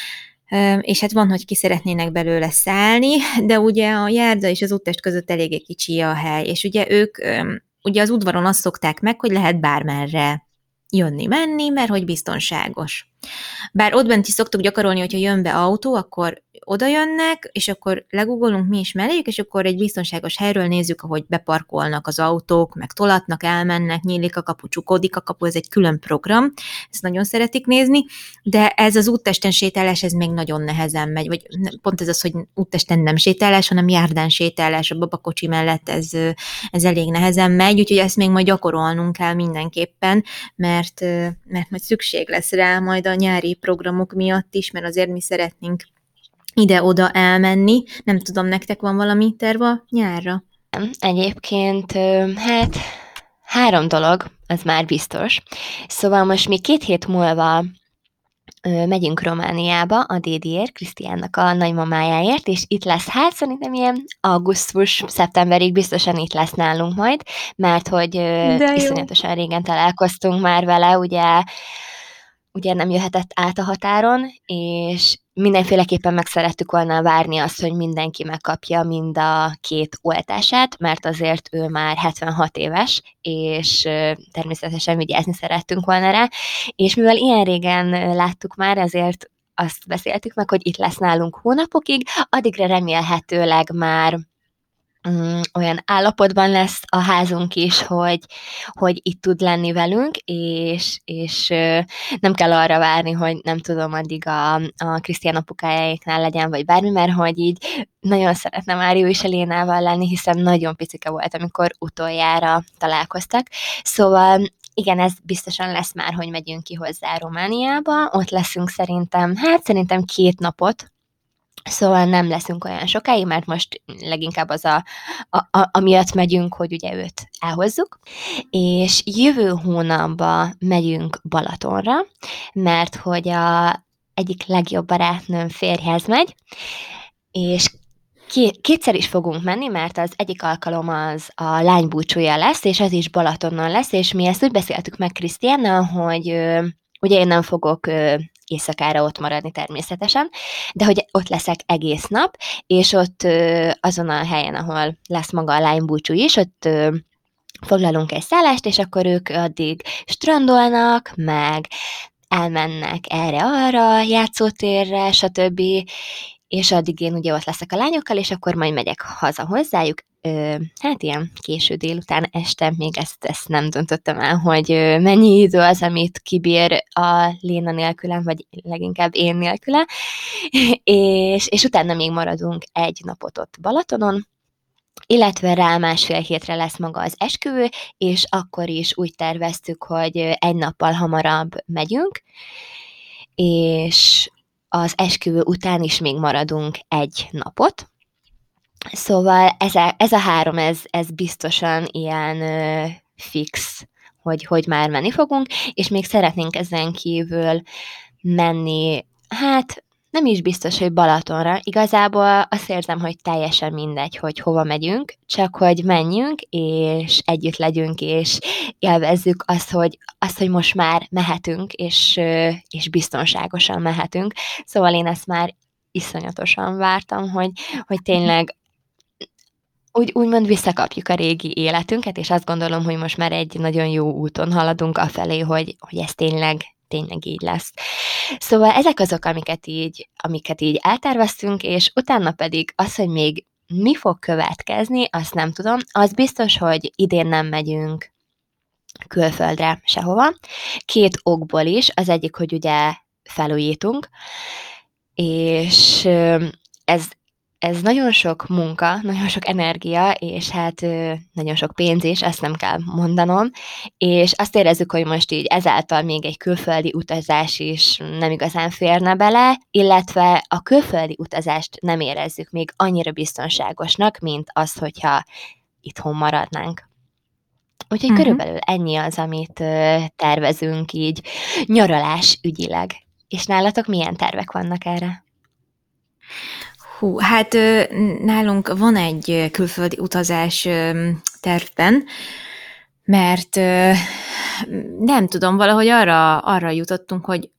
és hát van, hogy ki szeretnének belőle szállni, de ugye a járda és az úttest között eléggé kicsi a hely, és ugye ők ugye az udvaron azt szokták meg, hogy lehet bármerre jönni-menni, mert hogy biztonságos. Bár ott bent is szoktuk gyakorolni, hogyha jön be autó, akkor oda jönnek, és akkor legugolunk mi is melléjük, és akkor egy biztonságos helyről nézzük, ahogy beparkolnak az autók, meg tolatnak, elmennek, nyílik a kapu, csukódik a kapu, ez egy külön program, ezt nagyon szeretik nézni, de ez az úttesten sétálás, ez még nagyon nehezen megy, vagy pont ez az, hogy úttesten nem sétálás, hanem járdán sétálás, a babakocsi mellett ez, ez elég nehezen megy, úgyhogy ezt még majd gyakorolnunk kell mindenképpen, mert, mert majd szükség lesz rá majd a nyári programok miatt is, mert azért mi szeretnénk ide-oda elmenni. Nem tudom, nektek van valami terv a nyárra? Egyébként, hát három dolog, az már biztos. Szóval most mi két hét múlva megyünk Romániába a dédiért, Krisztiánnak a nagymamájáért, és itt lesz, hát szerintem ilyen augusztus-szeptemberig biztosan itt lesz nálunk majd, mert hogy iszonyatosan régen találkoztunk már vele, ugye ugye nem jöhetett át a határon, és mindenféleképpen meg szerettük volna várni azt, hogy mindenki megkapja mind a két oltását, mert azért ő már hetvenhat éves, és természetesen vigyázni szerettünk volna rá, és mivel ilyen régen láttuk már, ezért azt beszéltük meg, hogy itt lesz nálunk hónapokig, addigra remélhetőleg már Mm, olyan állapotban lesz a házunk is, hogy, hogy itt tud lenni velünk, és, és nem kell arra várni, hogy nem tudom, addig a, a Krisztián apukájáéknál legyen, vagy bármi, mert hogy így nagyon szeretne Mário is Elénával lenni, hiszen nagyon picike volt, amikor utoljára találkoztak. Szóval igen, ez biztosan lesz már, hogy megyünk ki hozzá Romániába, ott leszünk szerintem, hát szerintem két napot, szóval nem leszünk olyan sokáig, mert most leginkább az a, a, a amiatt megyünk, hogy ugye őt elhozzuk, és jövő hónapban megyünk Balatonra, mert hogy a egyik legjobb barátnőm férjhez megy, és kétszer is fogunk menni, mert az egyik alkalom az a lánybúcsúja lesz, és az is Balatonon lesz, és mi ezt úgy beszéltük meg Krisztiánnal, hogy ugye én nem fogok éjszakára ott maradni természetesen, de hogy ott leszek egész nap, és ott azon a helyen, ahol lesz maga a lánybúcsú is, ott foglalunk egy szállást, és akkor ők addig strandolnak, meg elmennek erre-arra, játszótérre, stb., és addig én ugye ott leszek a lányokkal, és akkor majd megyek haza hozzájuk, hát ilyen késő délután, este, még ezt, ezt nem döntöttem el, hogy mennyi idő az, amit kibír a Léna nélkülem, vagy leginkább én nélküle, és, és utána még maradunk egy napot ott Balatonon, illetve rá másfél hétre lesz maga az esküvő, és akkor is úgy terveztük, hogy egy nappal hamarabb megyünk, és az esküvő után is még maradunk egy napot. Szóval ez a, ez a három, ez, ez biztosan ilyen uh, fix, hogy, hogy már menni fogunk, és még szeretnénk ezen kívül menni, hát nem is biztos, hogy Balatonra. Igazából azt érzem, hogy teljesen mindegy, hogy hova megyünk, csak hogy menjünk, és együtt legyünk, és élvezzük azt, hogy, azt, hogy most már mehetünk, és, és biztonságosan mehetünk. Szóval én ezt már iszonyatosan vártam, hogy, hogy tényleg úgy, úgymond visszakapjuk a régi életünket, és azt gondolom, hogy most már egy nagyon jó úton haladunk afelé, hogy, hogy ez tényleg, tényleg így lesz. Szóval ezek azok, amiket így, amiket így elterveztünk, és utána pedig az, hogy még mi fog következni, azt nem tudom. Az biztos, hogy idén nem megyünk külföldre sehova. Két okból is. Az egyik, hogy ugye felújítunk, és ez Ez nagyon sok munka, nagyon sok energia, és hát nagyon sok pénz is, ezt nem kell mondanom, és azt érezzük, hogy most így ezáltal még egy külföldi utazás is nem igazán férne bele, illetve a külföldi utazást nem érezzük még annyira biztonságosnak, mint az, hogyha itthon maradnánk. Úgyhogy uh-huh. körülbelül ennyi az, amit tervezünk így nyaralás ügyileg. És nálatok milyen tervek vannak erre? Hú, hát nálunk van egy külföldi utazás tervben, mert nem tudom, valahogy arra, arra jutottunk, hogy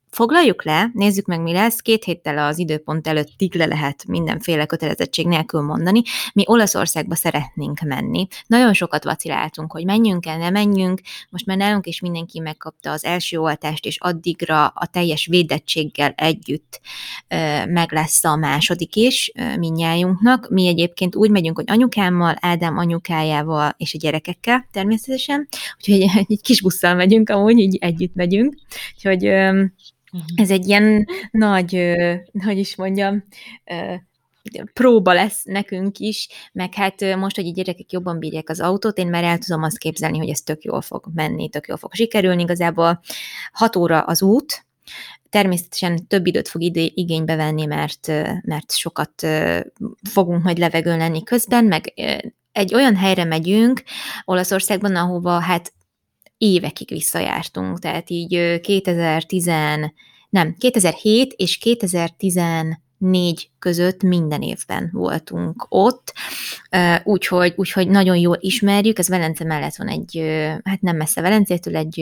foglaljuk le, nézzük meg, mi lesz, két héttel az időpont előttig le lehet mindenféle kötelezettség nélkül mondani, mi Olaszországba szeretnénk menni. Nagyon sokat vaciláltunk, hogy menjünk-e, ne menjünk, most már nálunk is mindenki megkapta az első oltást, és addigra a teljes védettséggel együtt ö, meg lesz a második is ö, mindnyájunknak. Mi egyébként úgy megyünk, hogy anyukámmal, Ádám anyukájával és a gyerekekkel természetesen, úgyhogy egy, egy kis busszal megyünk, amúgy így együtt megyünk, úgyhogy ö, ez egy ilyen nagy, ö, hogy is mondjam, ö, próba lesz nekünk is, meg hát most, hogy a gyerekek jobban bírják az autót, én már el tudom azt képzelni, hogy ez tök jól fog menni, tök jól fog sikerülni. Igazából hat óra az út, természetesen több időt fog ide igénybe venni, mert, mert sokat fogunk majd levegőn lenni közben, meg egy olyan helyre megyünk Olaszországban, ahova hát évekig visszajártunk, tehát így kétezer-tíz, nem, kétezer-hét és kétezer-tizennégy között minden évben voltunk ott, úgyhogy, úgyhogy nagyon jól ismerjük, ez Velence mellett van egy, hát nem messze Velencétől, egy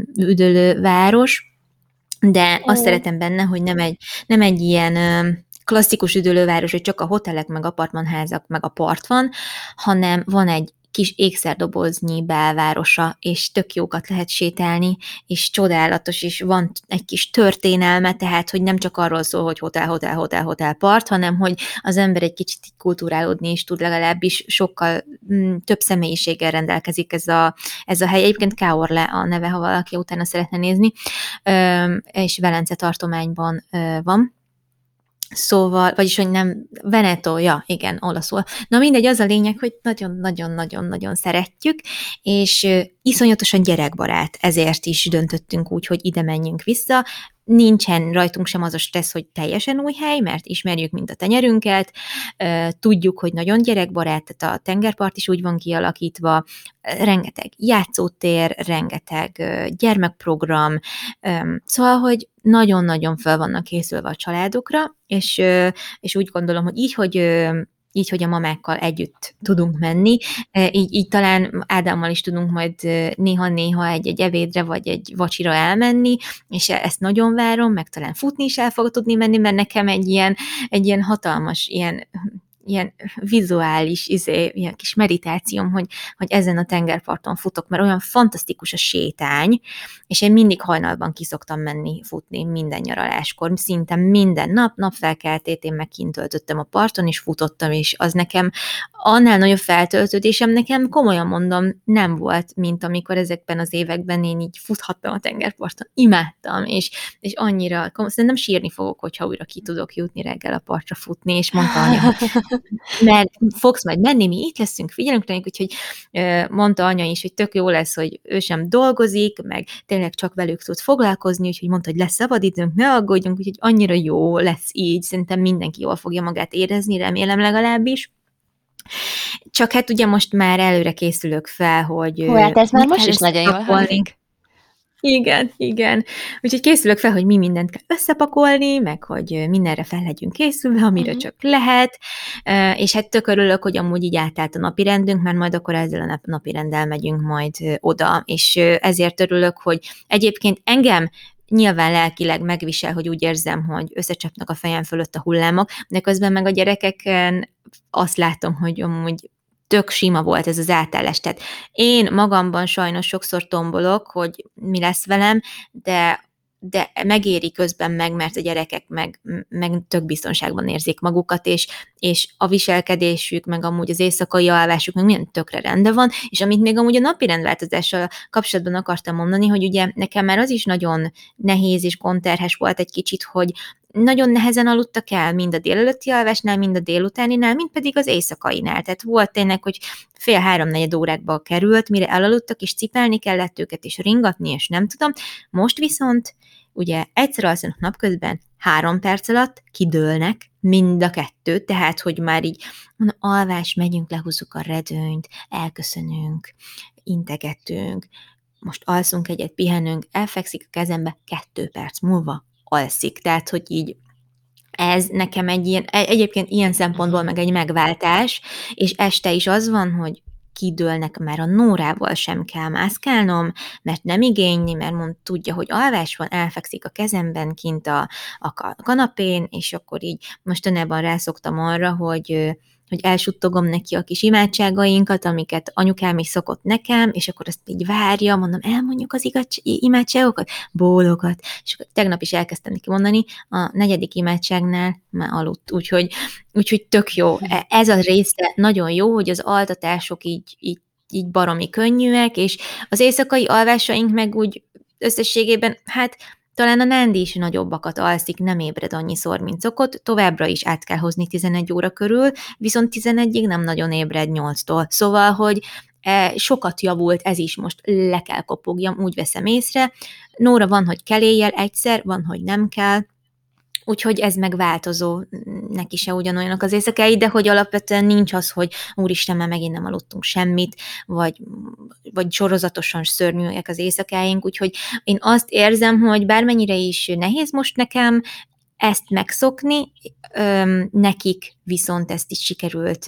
üdülőváros, de azt szeretem benne, hogy nem egy, nem egy ilyen klasszikus üdülőváros, hogy csak a hotelek, meg apartmanházak, meg a part van, hanem van egy kis ékszerdoboznyi belvárosa, és tök jókat lehet sétálni, és csodálatos, és van egy kis történelme, tehát, hogy nem csak arról szól, hogy hotel, hotel, hotel, hotel, part, hanem, hogy az ember egy kicsit kulturálódni is tud, legalábbis sokkal m, több személyiséggel rendelkezik ez a, ez a hely. Egyébként Caorle a neve, ha valaki utána szeretne nézni, és Velence tartományban van. Szóval, vagyis, hogy nem, Veneto, ja, igen, olaszul. Na mindegy, az a lényeg, hogy nagyon-nagyon-nagyon-nagyon szeretjük, és iszonyatosan gyerekbarát, ezért is döntöttünk úgy, hogy ide menjünk vissza. Nincsen rajtunk sem az a stressz, hogy teljesen új hely, mert ismerjük, mint a tenyerünket, tudjuk, hogy nagyon gyerekbarát, tehát a tengerpart is úgy van kialakítva, rengeteg játszótér, rengeteg gyermekprogram, szóval, hogy nagyon-nagyon fel vannak készülve a családokra, és, és úgy gondolom, hogy így, hogy így, hogy a mamákkal együtt tudunk menni, így, így talán Ádámmal is tudunk majd néha-néha egy, egy evédre vagy egy vacsira elmenni, és ezt nagyon várom, meg talán futni is el fog tudni menni, mert nekem egy ilyen, egy ilyen hatalmas, ilyen ilyen vizuális, izé, ilyen kis meditációm, hogy, hogy ezen a tengerparton futok, mert olyan fantasztikus a sétány, és én mindig hajnalban ki szoktam menni futni minden nyaraláskor, szinte minden nap, napfelkeltét én meg kint töltöttem a parton, és futottam, és az nekem annál nagyobb feltöltődésem nekem, komolyan mondom, nem volt, mint amikor ezekben az években én így futhattam a tengerparton. Imádtam, és, és annyira, szerintem sírni fogok, hogyha újra ki tudok jutni reggel a partra futni, és mondta anya, hogy mert fogsz majd menni, mi itt leszünk, figyelünk ránk, úgyhogy mondta anya is, hogy tök jó lesz, hogy ő sem dolgozik, meg tényleg csak velük tud foglalkozni, úgyhogy mondta, hogy lesz szabadidőnk, ne aggódjunk, úgyhogy annyira jó lesz így, szerintem mindenki jól fogja magát érezni, remélem legalábbis. Csak hát ugye most már előre készülök fel, hogy... Hú, hát ez már most is nagyon jól hangzik. Igen, igen. Úgyhogy készülök fel, hogy mi mindent kell összepakolni, meg hogy mindenre fel legyünk készülve, amire uh-huh. csak lehet, és hát tök örülök, hogy amúgy így átállt a napirendünk, mert majd akkor ezzel a napirenddel megyünk majd oda, és ezért örülök, hogy egyébként engem nyilván lelkileg megvisel, hogy úgy érzem, hogy összecsapnak a fejem fölött a hullámok, de közben meg a gyerekeken azt látom, hogy amúgy tök sima volt ez az átállás. Tehát én magamban sajnos sokszor tombolok, hogy mi lesz velem, de, de megéri közben meg, mert a gyerekek meg, meg tök biztonságban érzik magukat, és, és a viselkedésük, meg amúgy az éjszakai alvásuk, meg minden tökre rendben van, és amit még amúgy a napi rendváltozással kapcsolatban akartam mondani, hogy ugye nekem már az is nagyon nehéz és gondterhes volt egy kicsit, hogy nagyon nehezen aludtak el, mind a délelőtti alvásnál, mind a délutáninál, mind pedig az éjszakainál. Tehát volt tényleg, hogy fél három-negyed órákba került, mire elaludtak, és cipelni kellett őket, és ringatni, és nem tudom. Most viszont, ugye egyszer alszanak napközben, három perc alatt kidőlnek mind a kettő, tehát, hogy már így mondom, alvás, megyünk, lehúzzuk a redőnyt, elköszönünk, integetünk, most alszunk egyet, pihenünk, elfekszik a kezembe, kettő perc múlva alszik, tehát, hogy így ez nekem egy ilyen, egyébként ilyen szempontból meg egy megváltás, és este is az van, hogy kidőlnek, már a Nórával sem kell mászkálnom, mert nem igényli, mert mond, tudja, hogy alvás van, elfekszik a kezemben kint a, a kanapén, és akkor így mostanában rászoktam arra, hogy hogy elsuttogom neki a kis imádságainkat, amiket anyukám is szokott nekem, és akkor azt így várja, mondom, elmondjuk az igaz, imádságokat, bólogat, és akkor tegnap is elkezdtem neki mondani, a negyedik imádságnál már aludt, úgyhogy, úgyhogy tök jó. Ez a része nagyon jó, hogy az altatások így, így, így baromi könnyűek, és az éjszakai alvásaink meg úgy összességében, hát talán a Nándi is nagyobbakat alszik, nem ébred annyiszor, mint szokott, továbbra is át kell hozni tizenegy óra körül, viszont tizenegyig nem nagyon ébred nyolctól. Szóval, hogy e, sokat javult, ez is most le kell kopogjam, úgy veszem észre. Nóra van, hogy kell éjjel egyszer, van, hogy nem kell, úgyhogy ez meg változó, neki se ugyanolyanok az éjszakái, de hogy alapvetően nincs az, hogy úristen, már megint nem aludtunk semmit, vagy, vagy sorozatosan szörnyűek az éjszakáink, úgyhogy én azt érzem, hogy bármennyire is nehéz most nekem ezt megszokni, nekik viszont ezt is sikerült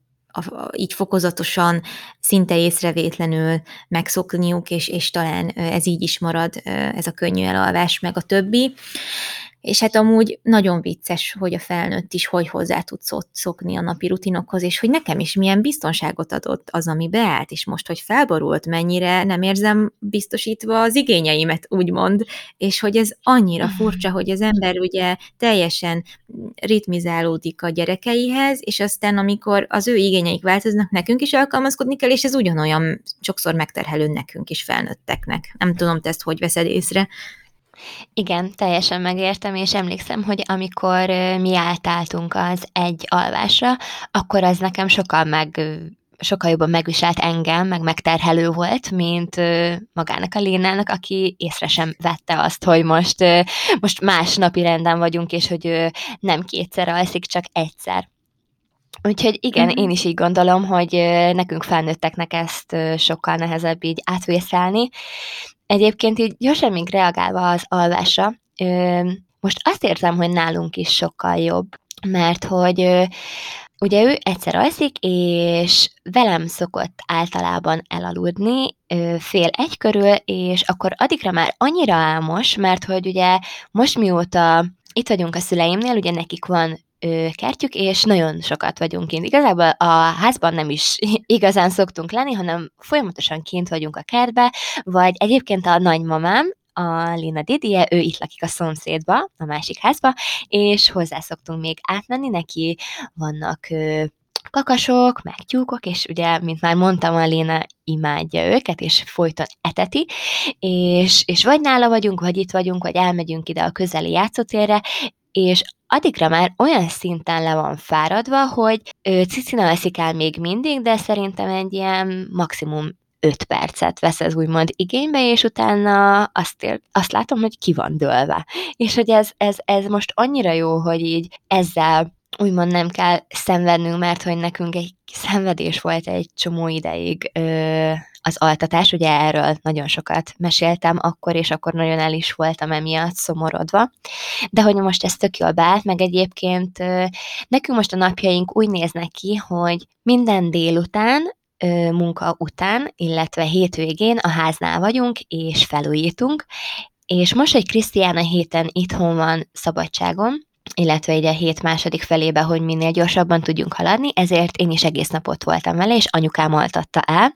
így fokozatosan, szinte észrevétlenül megszokniuk, és, és talán ez így is marad, ez a könnyű elalvás, meg a többi. És hát amúgy nagyon vicces, hogy a felnőtt is hogy hozzá tud szokni a napi rutinokhoz, és hogy nekem is milyen biztonságot adott az, ami beállt, és most, hogy felborult, mennyire nem érzem biztosítva az igényeimet, úgymond, és hogy ez annyira furcsa, hogy az ember ugye teljesen ritmizálódik a gyerekeihez, és aztán amikor az ő igényeik változnak, nekünk is alkalmazkodni kell, és ez ugyanolyan sokszor megterhelő nekünk is felnőtteknek. Nem tudom, te ezt hogy veszed észre? Igen, teljesen megértem, és emlékszem, hogy amikor mi átálltunk az egy alvásra, akkor az nekem sokkal meg sokkal jobban megviselt engem, meg megterhelő volt, mint magának a Lénának, aki észre sem vette azt, hogy most, most más napi renden vagyunk, és hogy nem kétszer alszik, csak egyszer. Úgyhogy igen, uh-huh. Én is így gondolom, hogy nekünk felnőtteknek ezt sokkal nehezebb így átvészelni. Egyébként így gyorsan még reagálva az alvásra, most azt érzem, hogy nálunk is sokkal jobb, mert hogy ugye ő egyszer alszik, és velem szokott általában elaludni fél egy körül, és akkor addigra már annyira álmos, mert hogy ugye most mióta itt vagyunk a szüleimnél, ugye nekik van kertjük, és nagyon sokat vagyunk kint. Igazából a házban nem is igazán szoktunk lenni, hanem folyamatosan kint vagyunk a kertbe, vagy egyébként a nagymamám, a Lina Didie, ő itt lakik a szomszédba, a másik házba, és hozzá szoktunk még átmenni, neki vannak kakasok, meg tyúkok, és ugye, mint már mondtam, a Léna imádja őket, és folyton eteti, és, és vagy nála vagyunk, vagy itt vagyunk, vagy elmegyünk ide a közeli játszótérre, és addigra már olyan szinten le van fáradva, hogy Cicina veszik el még mindig, de szerintem egy ilyen maximum öt percet vesz ez úgymond igénybe, és utána azt, ér, azt látom, hogy ki van dőlve. És hogy ez, ez, ez most annyira jó, hogy így ezzel úgymond nem kell szenvednünk, mert hogy nekünk egy szenvedés volt egy csomó ideig ö, az altatás, ugye erről nagyon sokat meséltem akkor, és akkor nagyon el is voltam emiatt szomorodva, de hogy most ez tök jól beállt, meg egyébként ö, nekünk most a napjaink úgy néznek ki, hogy minden délután, ö, munka után, illetve hétvégén a háznál vagyunk, és felújítunk, és most, hogy Krisztián a héten itthon van szabadságon, illetve így a hét második felébe, hogy minél gyorsabban tudjunk haladni, ezért én is egész nap ott voltam vele, és anyukám altatta el.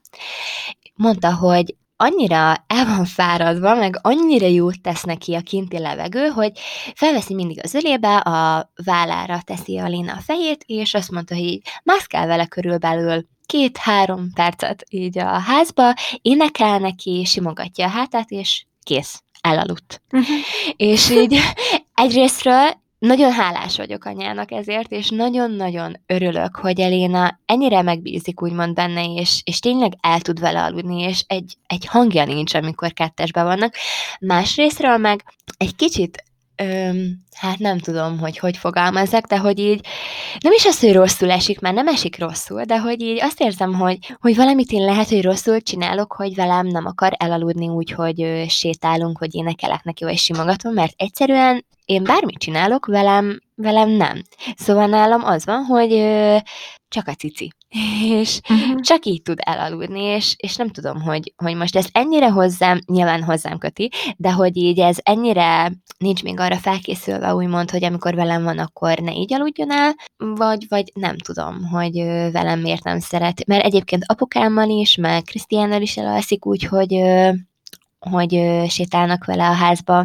Mondta, hogy annyira el van fáradva, meg annyira jót tesz neki a kinti levegő, hogy felveszi mindig az ölébe, a vállára teszi a Léna a fejét, és azt mondta, hogy így mászkál vele körülbelül két-három percet így a házba, énekel neki, simogatja a hátát, és kész, elaludt. Uh-huh. És így egyrésztről nagyon hálás vagyok anyának ezért, és nagyon-nagyon örülök, hogy Eléna ennyire megbízik úgymond benne, és, és tényleg el tud vele aludni, és egy, egy hangja nincs, amikor kettesben vannak. Másrésztről meg egy kicsit, öm, hát nem tudom, hogy hogy fogalmazzak, de hogy így nem is az, hogy rosszul esik, mert nem esik rosszul, de hogy így azt érzem, hogy, hogy valamit én lehet, hogy rosszul csinálok, hogy velem nem akar elaludni úgy, hogy ö, sétálunk, hogy énekelek neki, vagy simogatom, mert egyszerűen én bármit csinálok, velem, velem nem. Szóval nálam az van, hogy ö, csak a cici. És Uh-huh. csak így tud elaludni, és, és nem tudom, hogy, hogy most ez ennyire hozzám, nyilván hozzám köti, de hogy így ez ennyire nincs még arra felkészülve, úgymond, hogy amikor velem van, akkor ne így aludjon el, vagy, vagy nem tudom, hogy ö, velem miért nem szeret. Mert egyébként apukámmal is, meg Krisztiánnal is elalszik úgy, hogy, ö, hogy ö, sétálnak vele a házba,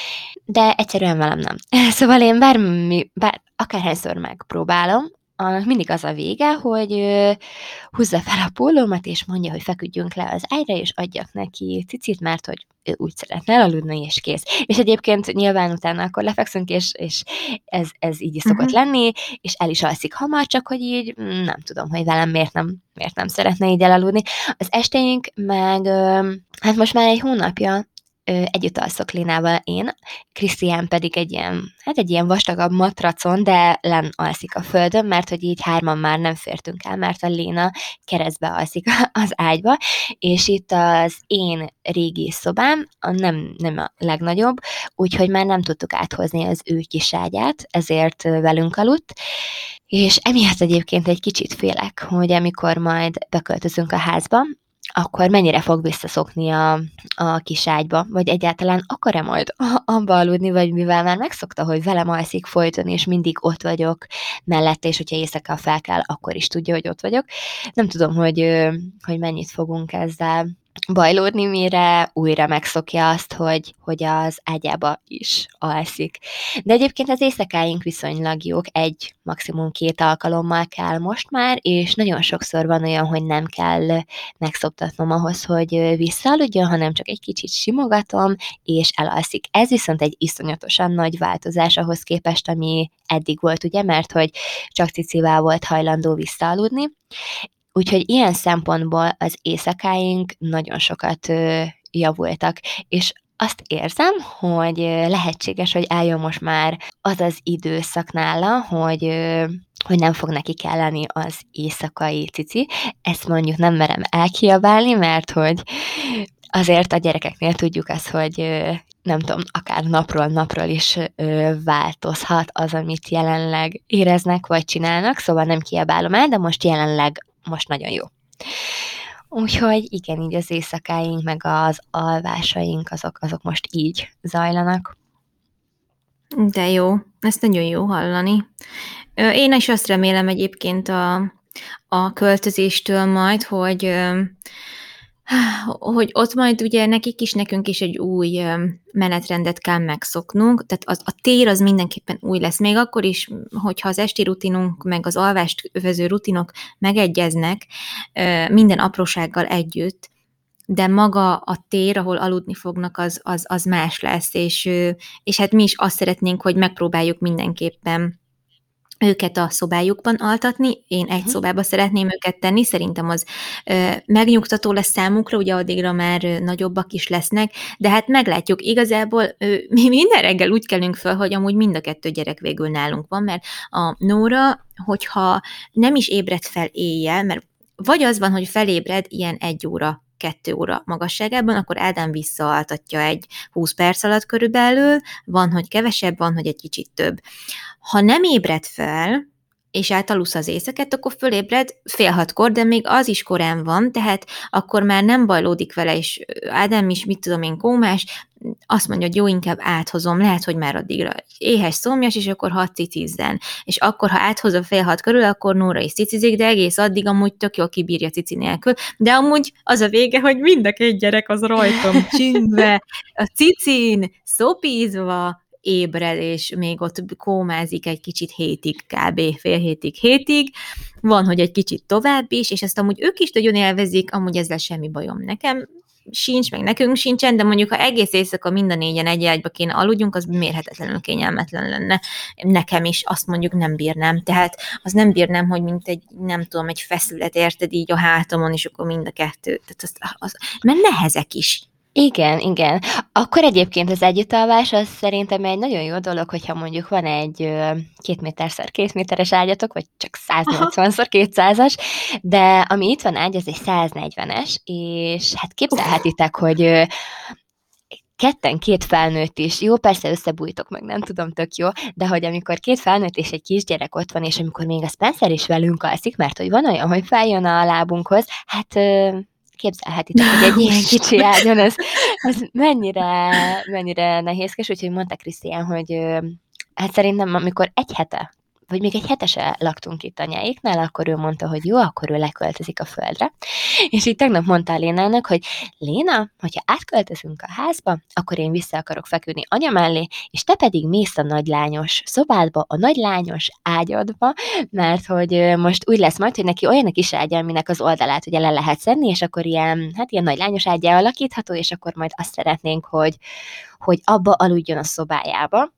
de egyszerűen velem nem. Szóval én bármi, bár, akárhányszor megpróbálom, annak mindig az a vége, hogy ö, húzza fel a pólómat, és mondja, hogy feküdjünk le az ágyra, és adjak neki cicit, mert hogy ő úgy szeretne elaludni, és kész. És egyébként nyilván utána akkor lefekszünk, és, és ez, ez így is szokott Uh-huh. lenni, és el is alszik hamar, csak hogy így mm, nem tudom, hogy velem miért nem, miért nem szeretne így elaludni. Az estéink meg, ö, hát most már egy hónapja ö, együtt alszok Lénával én, Krisztián pedig egy ilyen, hát egy ilyen vastagabb matracon, de len alszik a földön, mert hogy így hárman már nem fértünk el, mert a Léna keresztbe alszik az ágyba, és itt az én régi szobám, a nem, nem a legnagyobb, úgyhogy már nem tudtuk áthozni az ő kis ágyát, ezért ö, velünk aludt, és emiatt egyébként egy kicsit félek, hogy amikor majd beköltözünk a házba, akkor mennyire fog visszaszokni a, a kis ágyba, vagy egyáltalán akar-e majd abba aludni, vagy mivel már megszokta, hogy velem alszik folyton, és mindig ott vagyok mellette, és hogyha éjszaka fel kell, akkor is tudja, hogy ott vagyok. Nem tudom, hogy, ö, hogy mennyit fogunk ezzel bajlódni, mire újra megszokja azt, hogy, hogy az ágyába is alszik. De egyébként az éjszakáink viszonylag jók, egy, maximum két alkalommal kell most már, és nagyon sokszor van olyan, hogy nem kell megszoptatnom ahhoz, hogy ö, visszaaludjon, hanem csak egy kicsit simogatom, és elalszik. Ez viszont egy iszonyatosan nagy változás ahhoz képest, ami eddig volt, ugye, mert hogy csak cicivel volt hajlandó visszaaludni. Úgyhogy ilyen szempontból az éjszakáink nagyon sokat ö, javultak, és azt érzem, hogy ö, lehetséges, hogy eljön most már az az időszak nála, hogy, ö, hogy nem fog neki kelleni az éjszakai cici. Ezt mondjuk nem merem elkiabálni, mert hogy azért a gyerekeknél tudjuk azt, hogy ö, nem tudom, akár napról napról is ö, változhat az, amit jelenleg éreznek, vagy csinálnak, szóval nem kiabálom el, de most jelenleg most nagyon jó. Úgyhogy igen, így az éjszakáink, meg az alvásaink, azok, azok most így zajlanak. De jó, ezt nagyon jó hallani. Ö, Én is azt remélem egyébként a, a költözéstől majd, hogy, ö, hogy ott majd ugye nekik is, nekünk is egy új ö, menetrendet kell megszoknunk, tehát az, a tér az mindenképpen új lesz, még akkor is, hogyha az esti rutinunk, meg az alvást övező rutinok megegyeznek ö, minden aprósággal együtt, de maga a tér, ahol aludni fognak, az, az, az más lesz, és, ö, és hát mi is azt szeretnénk, hogy megpróbáljuk mindenképpen őket a szobájukban altatni, én egy Mhm. szobába szeretném őket tenni, szerintem az ö, megnyugtató lesz számukra, ugye addigra már ö, nagyobbak is lesznek, de hát meglátjuk, igazából ö, mi minden reggel úgy kelünk föl, hogy amúgy mind a kettő gyerek végül nálunk van, mert a Nóra, hogyha nem is ébred fel éjjel, mert vagy az van, hogy felébred ilyen egy óra, kettő óra magasságában, akkor Ádám visszaaltatja egy húsz perc alatt körülbelül, van, hogy kevesebb, van, hogy egy kicsit több. Ha nem ébred fel, és átalusz az éjszakát, akkor fölébred fél hatkor, de még az is korán van, tehát akkor már nem bajlódik vele, és Ádám is, mit tudom én, kómás, azt mondja, hogy jó, inkább áthozom, lehet, hogy már addigra éhes, szomjas, és akkor hadd cicizzen. És akkor, ha áthozom fél hat körül, akkor Nóra is cicizik, de egész addig amúgy tök jól kibírja cici nélkül, de amúgy az a vége, hogy mind a két gyerek az rajtam csüngve, a cicin, szopízva, ébred, és még ott kómázik egy kicsit hétig, kb. Fél hétig, hétig. Van, hogy egy kicsit tovább is, és ezt amúgy ők is nagyon élvezik, amúgy ezzel semmi bajom nekem sincs, meg nekünk sincsen, de mondjuk, ha egész éjszaka mind a négyen egy ágyba kéne aludjunk, az mérhetetlenül kényelmetlen lenne. Nekem is azt mondjuk nem bírnám. Tehát az nem bírnám, hogy mint egy, nem tudom, egy feszület érted így a hátamon, és akkor mind a kettő. Tehát az, az, mert nehezek is. Igen, igen. Akkor egyébként az együttalvás az szerintem egy nagyon jó dolog, hogyha mondjuk van egy ö, két méterszer két méteres ágyatok, vagy csak száznyolcvanszor kétszázas, de ami itt van ágy, az egy száznegyvenes, és hát képzelhetitek, hogy ö, ketten, két felnőtt is, jó, persze összebújtok meg, nem tudom, tök jó, de hogy amikor két felnőtt és egy kisgyerek ott van, és amikor még a Spencer is velünk alszik, mert hogy van olyan, hogy feljön a lábunkhoz, hát képzelhetitek, hogy egy ilyen kicsi ágyon, ez, ez mennyire, mennyire nehézkes, úgyhogy mondta Krisztián, hogy hát szerintem amikor egy hete, vagy még egy hetese laktunk itt anyáiknál, akkor ő mondta, hogy jó, akkor ő leköltözik a földre. És így tegnap mondta Lénának, hogy Léna, hogyha átköltözünk a házba, akkor én vissza akarok feküdni anya mellé, és te pedig mész a nagylányos szobádba, a nagylányos ágyadba, mert hogy most úgy lesz majd, hogy neki olyan a kis ágya, aminek az oldalát ugye le lehet szedni, és akkor ilyen, hát ilyen nagylányos ágyá alakítható, és akkor majd azt szeretnénk, hogy, hogy abba aludjon a szobájába.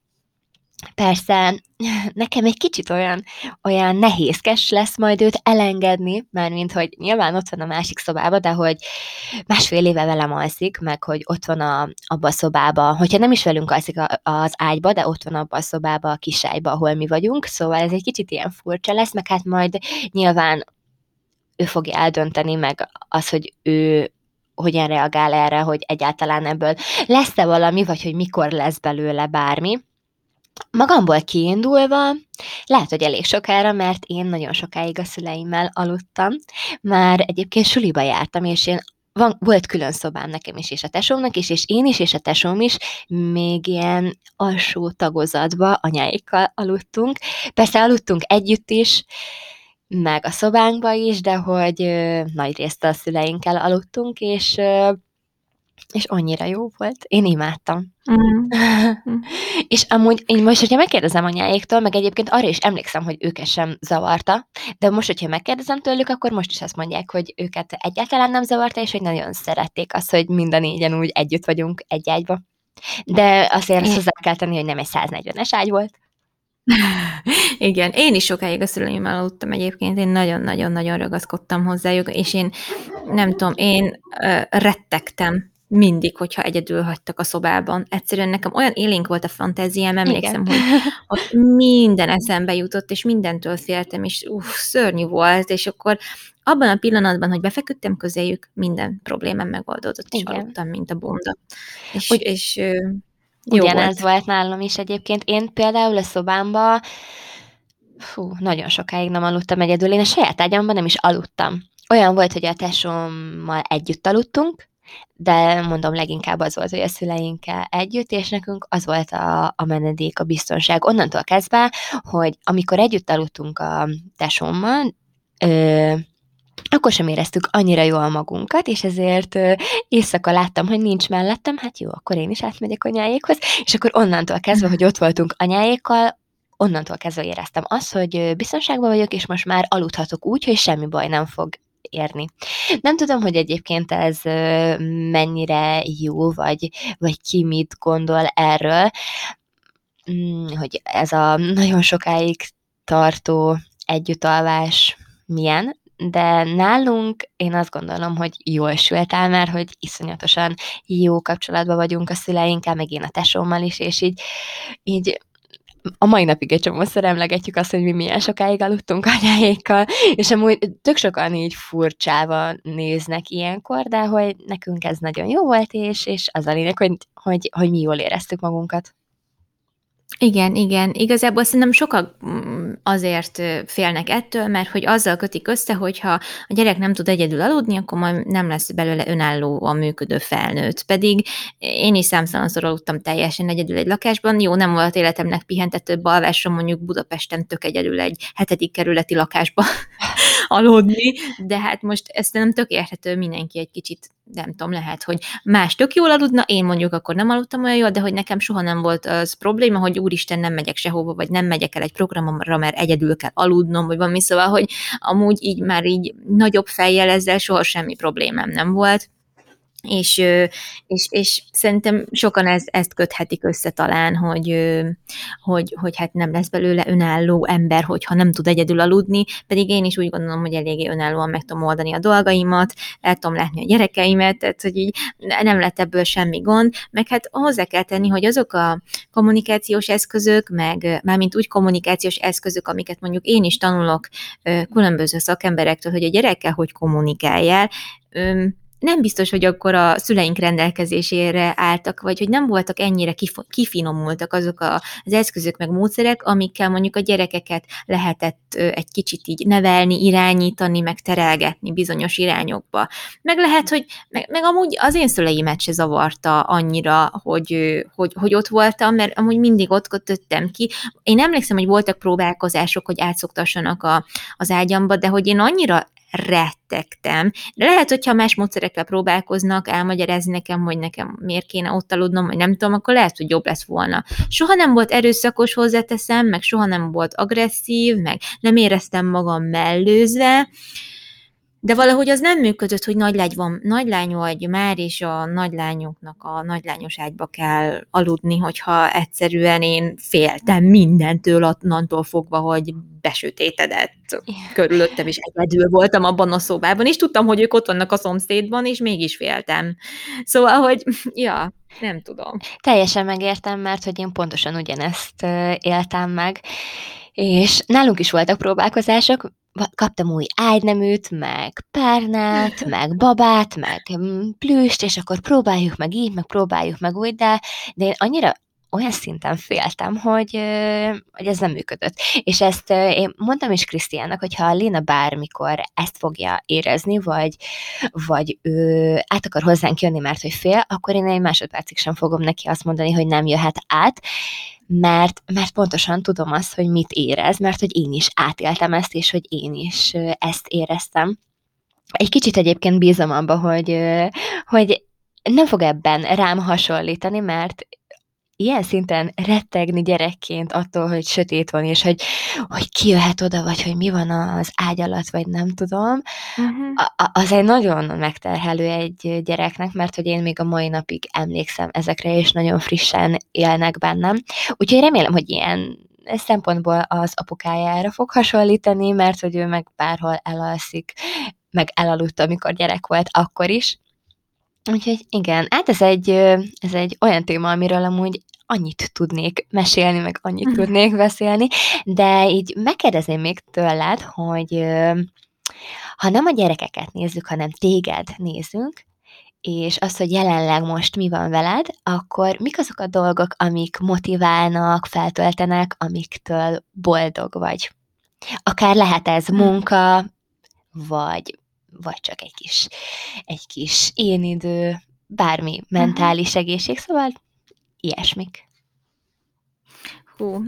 Persze, nekem egy kicsit olyan, olyan nehézkes lesz majd őt elengedni, mármint, hogy nyilván ott van a másik szobába, de hogy másfél éve velem alszik, meg hogy ott van a, abba a szobába, hogyha nem is velünk alszik a, az ágyba, de ott van abba a szobába, a kis ágyba, ahol mi vagyunk, szóval ez egy kicsit ilyen furcsa lesz, meg hát majd nyilván ő fogja eldönteni, meg az, hogy ő hogyan reagál erre, hogy egyáltalán ebből lesz-e valami, vagy hogy mikor lesz belőle bármi. Magamból kiindulva, lehet, hogy elég sokára, mert én nagyon sokáig a szüleimmel aludtam. Már egyébként suliba jártam, és én van, volt külön szobám nekem is, és a tesómnak is, és én is, és a tesóm is még ilyen alsó tagozatba anyáikkal aludtunk. Persze aludtunk együtt is, meg a szobánkba is, de hogy ö, nagy részt a szüleinkkel aludtunk, és ö, és annyira jó volt. Én imádtam. Mm. És amúgy én most, hogyha megkérdezem anyáéktól, meg egyébként arra is emlékszem, hogy őket sem zavarta, de most, hogyha megkérdezem tőlük, akkor most is azt mondják, hogy őket egyáltalán nem zavarta, és hogy nagyon szerették azt, hogy mind a négyen úgy együtt vagyunk egy ágyba. De azért azt hozzá kell tenni, hogy nem egy száznegyvenes ágy volt. Igen, én is sokáig a szüleimmel aludtam egyébként, én nagyon-nagyon-nagyon ragaszkodtam hozzájuk, és én nem tudom, én uh, rettegtem mindig, hogyha egyedül hagytak a szobában. Egyszerűen nekem olyan élénk volt a fantáziám, emlékszem, hogy ott minden eszembe jutott, és mindentől féltem, és uff, szörnyű volt, és akkor abban a pillanatban, hogy befeküdtem közéjük, minden problémám megoldódott, és igen. Aludtam, mint a bunda. És, Ugy, és jó ugyanez volt. volt nálam is egyébként. Én például a szobámba fú, nagyon sokáig nem aludtam egyedül. Én a saját ágyamban nem is aludtam. Olyan volt, hogy a tesómmal együtt aludtunk, de mondom, leginkább az volt, hogy a szüleinkkel együtt, és nekünk az volt a, a menedék, a biztonság. Onnantól kezdve, hogy amikor együtt aludtunk a tesómmal, ö, akkor sem éreztük annyira jól magunkat, és ezért ö, éjszaka láttam, hogy nincs mellettem, hát jó, akkor én is átmegyek anyáékhoz, és akkor onnantól kezdve, hogy ott voltunk anyáékkal, onnantól kezdve éreztem azt, hogy biztonságban vagyok, és most már aludhatok úgy, hogy semmi baj nem fog érni. Nem tudom, hogy egyébként ez mennyire jó, vagy, vagy ki mit gondol erről, hogy ez a nagyon sokáig tartó együttalvás milyen, de nálunk én azt gondolom, hogy jól sült el, mert hogy iszonyatosan jó kapcsolatban vagyunk a szüleinkkel, meg én a tesómmal is, és így, így a mai napig egy csomószor emlegetjük azt, hogy mi milyen sokáig aludtunk anyáékkal, és amúgy tök sokan így furcsával néznek ilyenkor, de hogy nekünk ez nagyon jó volt, és, és az a lényeg, hogy, hogy, hogy mi jól éreztük magunkat. Igen, igen. Igazából szerintem sokan azért félnek ettől, mert hogy azzal kötik össze, hogyha a gyerek nem tud egyedül aludni, akkor majd nem lesz belőle önállóan működő felnőtt. Pedig én is számtalanszor aludtam teljesen egyedül egy lakásban. Jó, nem volt életemnek pihentetőbb alvásra mondjuk Budapesten tök egyedül egy hetedik kerületi lakásba aludni, de hát most ezt nem tök érthető, mindenki egy kicsit, nem tudom, lehet, hogy más tök jól aludna, én mondjuk akkor nem aludtam olyan jól, de hogy nekem soha nem volt az probléma, hogy úristen, nem megyek sehova, vagy nem megyek el egy programra, mert egyedül kell aludnom, vagy valami, szóval, hogy amúgy így már így nagyobb fejjel ezzel soha semmi problémám nem volt. És, és, és szerintem sokan ez, ezt köthetik össze talán, hogy, hogy, hogy hát nem lesz belőle önálló ember, hogyha nem tud egyedül aludni, pedig én is úgy gondolom, hogy eléggé önállóan meg tudom oldani a dolgaimat, el tudom látni a gyerekeimet, tehát hogy így nem lett ebből semmi gond, meg hát hozzá kell tenni, hogy azok a kommunikációs eszközök, meg mármint úgy kommunikációs eszközök, amiket mondjuk én is tanulok különböző szakemberektől, hogy a gyerekkel hogy kommunikáljál, nem biztos, hogy akkor a szüleink rendelkezésére álltak, vagy hogy nem voltak ennyire kif- kifinomultak azok a, az eszközök meg módszerek, amikkel mondjuk a gyerekeket lehetett egy kicsit így nevelni, irányítani, meg terelgetni bizonyos irányokba. Meg lehet, hogy meg, meg amúgy az én szüleimet se zavarta annyira, hogy, hogy, hogy ott voltam, mert amúgy mindig ott kötöttem ki. Én emlékszem, hogy voltak próbálkozások, hogy átszoktassanak a, az ágyamba, de hogy én annyira rettegtem. De lehet, hogyha más módszerekkel próbálkoznak, elmagyarázni nekem, hogy nekem miért kéne ott aludnom, vagy nem tudom, akkor lehet, hogy jobb lesz volna. Soha nem volt erőszakos, hozzáteszem, meg soha nem volt agresszív, meg nem éreztem magam mellőzve, de valahogy az nem működött, hogy nagylány van, nagylány vagy már, és a nagylányoknak a nagylányos ágyba kell aludni, hogyha egyszerűen én féltem mindentől, attól fogva, hogy besötétedett körülöttem, és egyedül voltam abban a szobában, és tudtam, hogy ők ott vannak a szomszédban, és mégis féltem. Szóval, hogy ja, nem tudom. Teljesen megértem, mert hogy én pontosan ugyanezt éltem meg, és nálunk is voltak próbálkozások, kaptam új ágyneműt, meg párnát, meg babát, meg plüst, és akkor próbáljuk meg így, meg próbáljuk meg úgy, de, de én annyira olyan szinten féltem, hogy, hogy ez nem működött. És ezt én mondtam is Krisztiának, hogy ha Léna bármikor ezt fogja érezni, vagy, vagy ő át akar hozzánk jönni, mert hogy fél, akkor én egy másodpercig sem fogom neki azt mondani, hogy nem jöhet át, mert, mert pontosan tudom azt, hogy mit érez, mert hogy én is átéltem ezt, és hogy én is ezt éreztem. Egy kicsit egyébként bízom abba, hogy, hogy nem fog ebben rám hasonlítani, mert ilyen szinten rettegni gyerekként attól, hogy sötét van, és hogy, hogy ki jöhet oda, vagy hogy mi van az ágy alatt, vagy nem tudom, uh-huh. a, az egy nagyon megterhelő egy gyereknek, mert hogy én még a mai napig emlékszem ezekre, és nagyon frissen élnek bennem. Úgyhogy remélem, hogy ilyen szempontból az apukájára fog hasonlítani, mert hogy ő meg bárhol elalszik, meg elaludt, amikor gyerek volt, akkor is. Úgyhogy igen, hát ez egy, ez egy olyan téma, amiről amúgy annyit tudnék mesélni, meg annyit tudnék beszélni, de így megkérdezném még tőled, hogy ha nem a gyerekeket nézzük, hanem téged nézünk, és azt, hogy jelenleg most mi van veled, akkor mik azok a dolgok, amik motiválnak, feltöltenek, amiktől boldog vagy? Akár lehet ez munka, vagy vagy csak egy kis, egy kis énidő, bármi mentális egészség, szóval ilyesmik. Hú,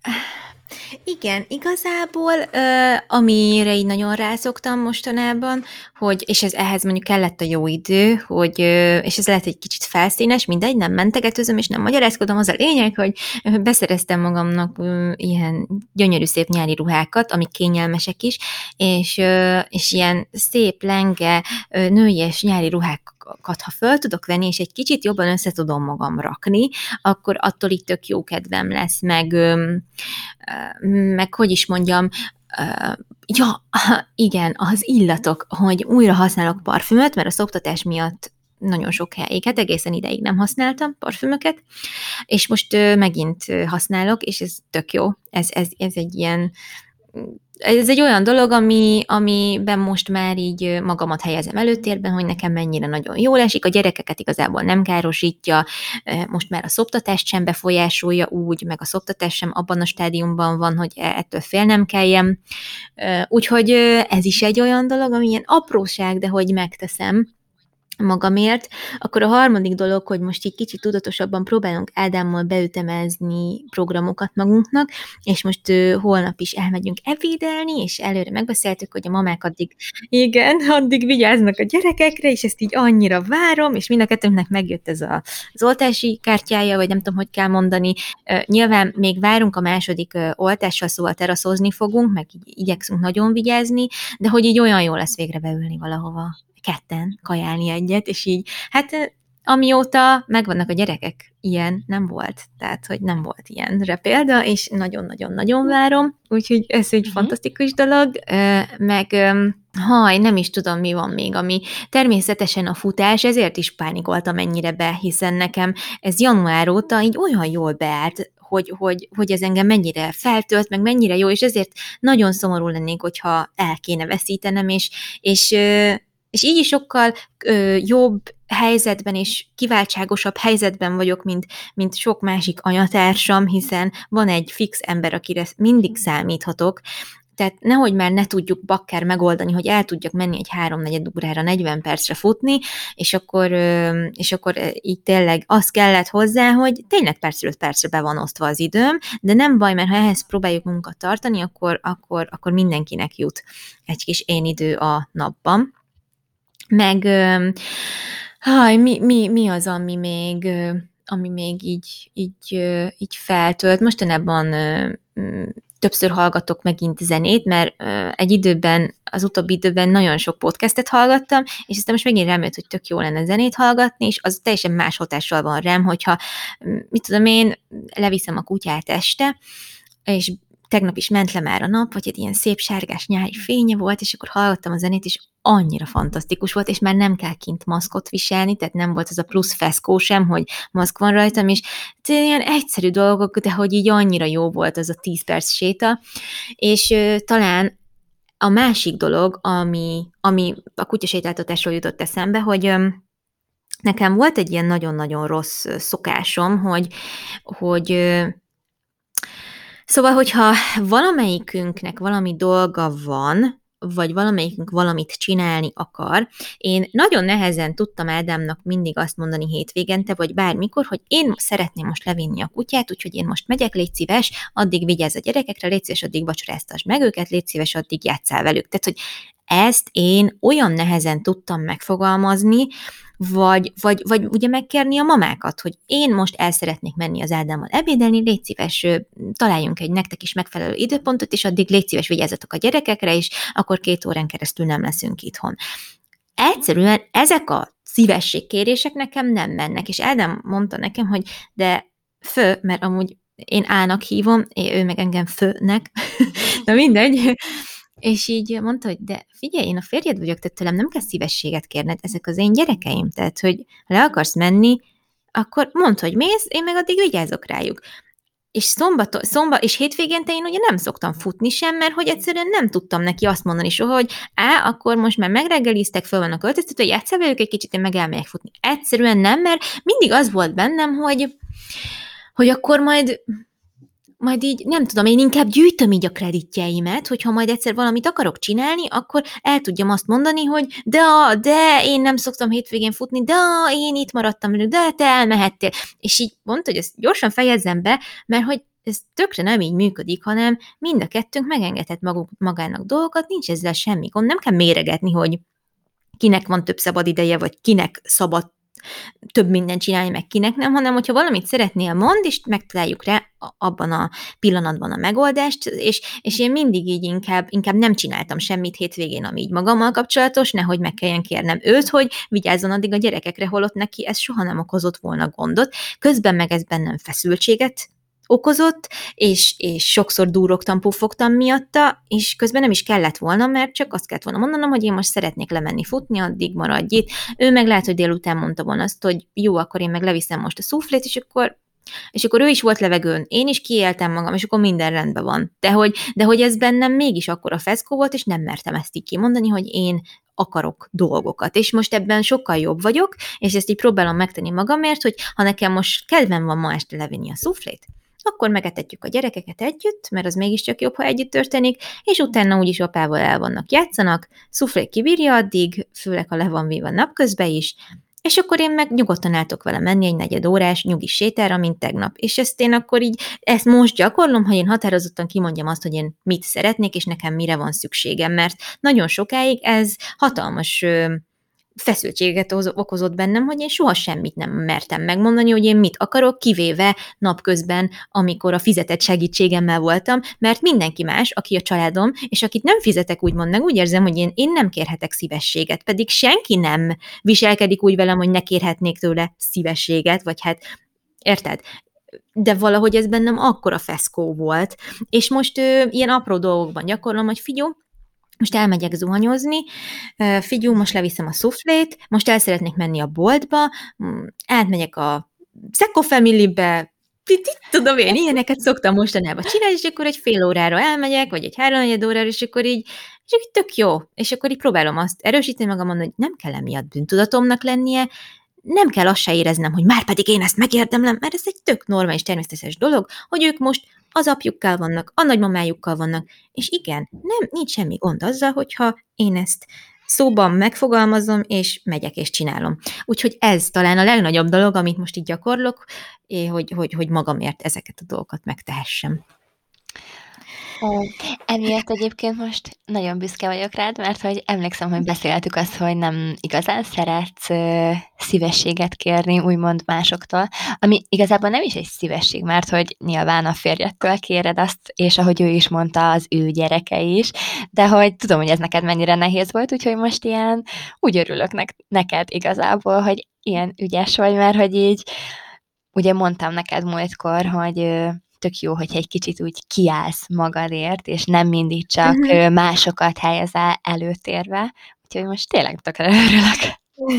igen, igazából, uh, amire így nagyon rászoktam mostanában, hogy, és ez ehhez mondjuk kellett a jó idő, hogy, uh, és ez lehet egy kicsit felszínes, mindegy, nem mentegetőzöm, és nem magyarázkodom, az a lényeg, hogy beszereztem magamnak uh, ilyen gyönyörű szép nyári ruhákat, amik kényelmesek is, és, uh, és ilyen szép, lenge, uh, nőies nyári ruhák, ha föl tudok venni, és egy kicsit jobban össze tudom magam rakni, akkor attól így tök jó kedvem lesz, meg, meg hogy is mondjam, ja, igen, az illatok, hogy újra használok parfümöt, mert a szoktatás miatt nagyon sok helyig, hát egészen ideig nem használtam parfümöket, és most megint használok, és ez tök jó. Ez, ez, ez egy ilyen Ez egy olyan dolog, ami, amiben most már így magamat helyezem előtérben, hogy nekem mennyire nagyon jól esik, a gyerekeket igazából nem károsítja, most már a szoptatást sem befolyásolja úgy, meg a szoptatás sem abban a stádiumban van, hogy ettől félnem kelljen. Úgyhogy ez is egy olyan dolog, ami ilyen apróság, de hogy megteszem magamért. Akkor a harmadik dolog, hogy most így kicsit tudatosabban próbálunk Ádámmal beütemezni programokat magunknak, és most uh, holnap is elmegyünk ebédelni, és előre megbeszéltük, hogy a mamák addig, igen, addig vigyáznak a gyerekekre, és ezt így annyira várom, és mind a kettőnknek megjött ez a, az oltási kártyája, vagy nem tudom, hogy kell mondani. Uh, nyilván még várunk a második uh, oltással, szóval teraszozni fogunk, meg így igyekszünk nagyon vigyázni, de hogy így olyan jó lesz végre beülni valahova ketten kajálni egyet, és így, hát amióta megvannak a gyerekek, ilyen nem volt. Tehát, hogy nem volt ilyenre példa, és nagyon-nagyon-nagyon várom, úgyhogy ez egy uh-huh. fantasztikus dolog, meg haj, nem is tudom, mi van még, ami természetesen a futás, ezért is pánikoltam ennyire be, hiszen nekem ez január óta így olyan jól beállt, hogy, hogy, hogy ez engem mennyire feltölt, meg mennyire jó, és ezért nagyon szomorú lennék, hogyha el kéne veszítenem, és, és És így is sokkal ö, jobb helyzetben és kiváltságosabb helyzetben vagyok, mint, mint sok másik anyatársam, hiszen van egy fix ember, akire mindig számíthatok, tehát nehogy már ne tudjuk bakker megoldani, hogy el tudjak menni egy háromnegyed órára, negyven percre futni, és akkor, és akkor így tényleg az kellett hozzá, hogy tényleg percről percre be van osztva az időm, de nem baj, mert ha ehhez próbáljuk munkat tartani, akkor, akkor, akkor mindenkinek jut egy kis én idő a napban. Meg haj, mi, mi, mi az, ami még, ami még így, így, így feltölt? Mostanában többször hallgatok megint zenét, mert egy időben, az utóbbi időben nagyon sok podcastet hallgattam, és aztán most megint rám jött, hogy tök jó lenne zenét hallgatni, és az teljesen más hatással van rám, hogyha, mit tudom én, leviszem a kutyát este, és tegnap is ment le már a nap, vagy egy ilyen szép sárgás nyári fénye volt, és akkor hallgattam a zenét, és annyira fantasztikus volt, és már nem kell kint maszkot viselni, tehát nem volt az a plusz feszkó sem, hogy maszk van rajtam, és ilyen egyszerű dolgok, de hogy így annyira jó volt az a tíz perc séta, és uh, talán a másik dolog, ami, ami a kutyasétáltatásról jutott eszembe, hogy um, nekem volt egy ilyen nagyon-nagyon rossz szokásom, hogy, hogy uh, Szóval, hogyha valamelyikünknek valami dolga van, vagy valamelyikünk valamit csinálni akar, én nagyon nehezen tudtam Ádámnak mindig azt mondani hétvégente, vagy bármikor, hogy én szeretném most levinni a kutyát, úgyhogy én most megyek, légy szíves, addig vigyázz a gyerekekre, légy szíves, addig vacsoráztasd meg őket, légy szíves, addig játsszál velük. Tehát, hogy ezt én olyan nehezen tudtam megfogalmazni, vagy, vagy, vagy ugye megkérni a mamákat, hogy én most el szeretnék menni az Ádámmal ebédelni, légy szíves, találjunk egy nektek is megfelelő időpontot, és addig légy szíves, vigyázzatok a gyerekekre, és akkor két órán keresztül nem leszünk itthon. Egyszerűen ezek a szívességkérések nekem nem mennek, és Ádám mondta nekem, hogy de fő, mert amúgy én Ának hívom, ő meg engem főnek, de mindegy, és így mondta, hogy de figyelj, én a férjed vagyok, tehát tőlem nem kell szívességet kérned, ezek az én gyerekeim, tehát hogy ha le akarsz menni, akkor mondd, hogy mész, én meg addig vigyázok rájuk. És szombat, szombat és hétvégente én ugye nem szoktam futni sem, mert hogy egyszerűen nem tudtam neki azt mondani soha, hogy á, akkor most már megreggeliztek, föl vannak öltöztetve, hogy játsszál velük egy kicsit, én meg elmegyek futni. Egyszerűen nem, mert mindig az volt bennem, hogy, hogy akkor majd majd így, nem tudom, én inkább gyűjtöm így a kreditjeimet, hogyha majd egyszer valamit akarok csinálni, akkor el tudjam azt mondani, hogy de, de én nem szoktam hétvégén futni, de én itt maradtam velük, de te elmehettél. És így mondta, hogy ezt gyorsan fejezzem be, mert hogy ez tökre nem így működik, hanem mind a kettőnk megengedhet maguk, magának dolgokat, nincs ezzel semmi gond, nem kell méregetni, hogy kinek van több szabad ideje, vagy kinek szabad több mindent csinálni, meg kinek nem, hanem hogyha valamit szeretnél, mondd, és megtaláljuk rá abban a pillanatban a megoldást, és, és én mindig így inkább, inkább nem csináltam semmit hétvégén, ami így magammal kapcsolatos, nehogy meg kelljen kérnem őt, hogy vigyázzon addig a gyerekekre, holott neki ez soha nem okozott volna gondot. Közben meg ez bennem feszültséget okozott, és, és sokszor dúrogtam, puffogtam miatta, és közben nem is kellett volna, mert csak azt kellett volna mondanom, hogy én most szeretnék lemenni futni, addig maradj itt. Ő meg lehet, hogy délután mondta volna azt, hogy jó, akkor én meg leviszem most a szuflét, és akkor és akkor ő is volt levegőn, én is kiéltem magam, és akkor minden rendben van. De hogy, de hogy ez bennem mégis akkor a feszkó volt, és nem mertem ezt így kimondani, hogy én akarok dolgokat. És most ebben sokkal jobb vagyok, és ezt így próbálom megtenni magamért, hogy ha nekem most kedvem van ma este levinni a szuflét, akkor megetetjük a gyerekeket együtt, mert az mégiscsak jobb, ha együtt történik, és utána úgyis apával el vannak, játszanak, szuflé kibírja addig, főleg ha le van véve napközben is, és akkor én meg nyugodtan el tudok vele menni egy negyed órás nyugis sétára, mint tegnap. És ezt én akkor így, ezt most gyakorlom, hogy én határozottan kimondjam azt, hogy én mit szeretnék, és nekem mire van szükségem, mert nagyon sokáig ez hatalmas feszültséget okozott bennem, hogy én soha semmit nem mertem megmondani, hogy én mit akarok, kivéve napközben, amikor a fizetett segítségemmel voltam, mert mindenki más, aki a családom, és akit nem fizetek úgymond meg, úgy érzem, hogy én, én nem kérhetek szívességet, pedig senki nem viselkedik úgy velem, hogy ne kérhetnék tőle szívességet, vagy hát, érted? De valahogy ez bennem akkora feszkó volt, és most ö, ilyen apró dolgokban gyakorlom, hogy figyelj, most elmegyek zuhanyozni, figyú, most leviszem a szuflét, most el szeretnék menni a boltba, átmegyek a Szekko Family-be, Mit tudom én, ilyeneket szoktam mostanában csinálni, és akkor egy fél órára elmegyek, vagy egy háromnegyed órára, és akkor így, és így tök jó. És akkor így próbálom azt erősíteni magamon, hogy nem kell emiatt bűntudatomnak lennie, nem kell azt se éreznem, hogy már pedig én ezt megérdemlem, mert ez egy tök normális, természetes dolog, hogy ők most az apjukkal vannak, a nagymamájukkal vannak, és igen, nem, nincs semmi gond azzal, hogyha én ezt szóban megfogalmazom, és megyek és csinálom. Úgyhogy ez talán a legnagyobb dolog, amit most így gyakorlok, hogy, hogy, hogy magamért ezeket a dolgokat megtehessem. Ó, emiatt egyébként most nagyon büszke vagyok rád, mert hogy emlékszem, hogy beszéltük azt, hogy nem igazán szeretsz ö, szívességet kérni, úgymond másoktól, ami igazából nem is egy szívesség, mert hogy nyilván a férjettől kéred azt, és ahogy ő is mondta, az ő gyereke is, de hogy tudom, hogy ez neked mennyire nehéz volt, úgyhogy most ilyen úgy örülök nek- neked igazából, hogy ilyen ügyes vagy, mert hogy így ugye mondtam neked múltkor, hogy ö, tök jó, hogy egy kicsit úgy kiállsz magadért, és nem mindig csak Mhm. másokat helyezel előtérbe, úgyhogy most tényleg tökre örülök.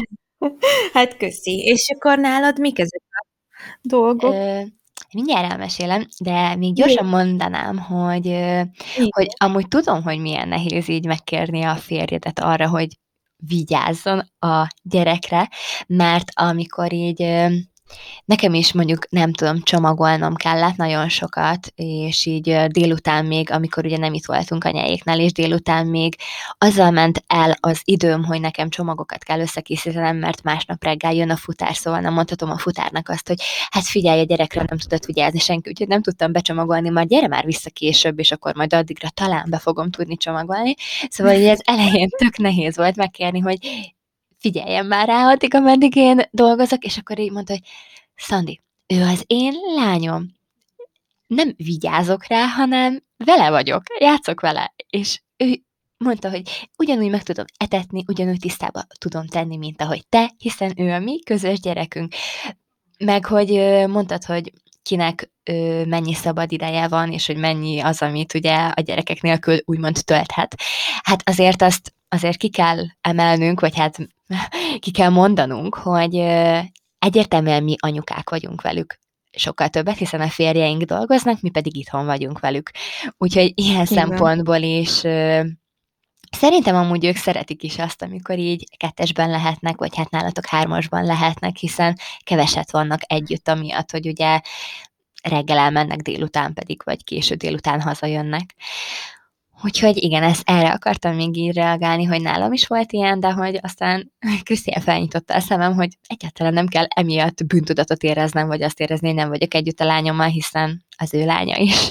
Hát köszi. És akkor nálad mik ezek a dolgok? Ö, mindjárt elmesélem, de még Jó. gyorsan mondanám, hogy, ö, hogy amúgy tudom, hogy milyen nehéz így megkérni a férjedet arra, hogy vigyázzon a gyerekre, mert amikor így ö, nekem is mondjuk, nem tudom, csomagolnom kellett nagyon sokat, és így ö, délután még, amikor ugye nem itt voltunk anyáéknál, és délután még azzal ment el az időm, hogy nekem csomagokat kell összekészítenem, mert másnap reggel jön a futár, szóval nem mondhatom a futárnak azt, hogy hát figyelj, a gyerekre nem tudott vigyázni senki, úgyhogy nem tudtam becsomagolni, majd gyere már vissza később, és akkor majd addigra talán be fogom tudni csomagolni. Szóval ugye ez elején tök nehéz volt megkérni, hogy figyeljen már rá addig, ameddig én dolgozok, és akkor így mondta, hogy Szandi, ő az én lányom. Nem vigyázok rá, hanem vele vagyok, játszok vele. És ő mondta, hogy ugyanúgy meg tudom etetni, ugyanúgy tisztába tudom tenni, mint ahogy te, hiszen ő a mi közös gyerekünk. Meg hogy ö, mondtad, hogy kinek ö, mennyi szabad ideje van, és hogy mennyi az, amit ugye a gyerekek nélkül úgymond tölthet. Hát azért azt azért ki kell emelnünk, vagy hát ki kell mondanunk, hogy ö, egyértelműen mi anyukák vagyunk velük sokkal többet, hiszen a férjeink dolgoznak, mi pedig itthon vagyunk velük. Úgyhogy ilyen Igen. szempontból is ö, szerintem amúgy ők szeretik is azt, amikor így kettesben lehetnek, vagy hát nálatok hármasban lehetnek, hiszen keveset vannak együtt, amiatt, hogy ugye reggel elmennek, délután pedig, vagy késő délután hazajönnek. Úgyhogy igen, ezt erre akartam még így reagálni, hogy nálam is volt ilyen, de hogy aztán Krisztián felnyitotta a szemem, hogy egyáltalán nem kell emiatt bűntudatot éreznem, vagy azt érezni, hogy nem vagyok együtt a lányommal, hiszen az ő lánya is.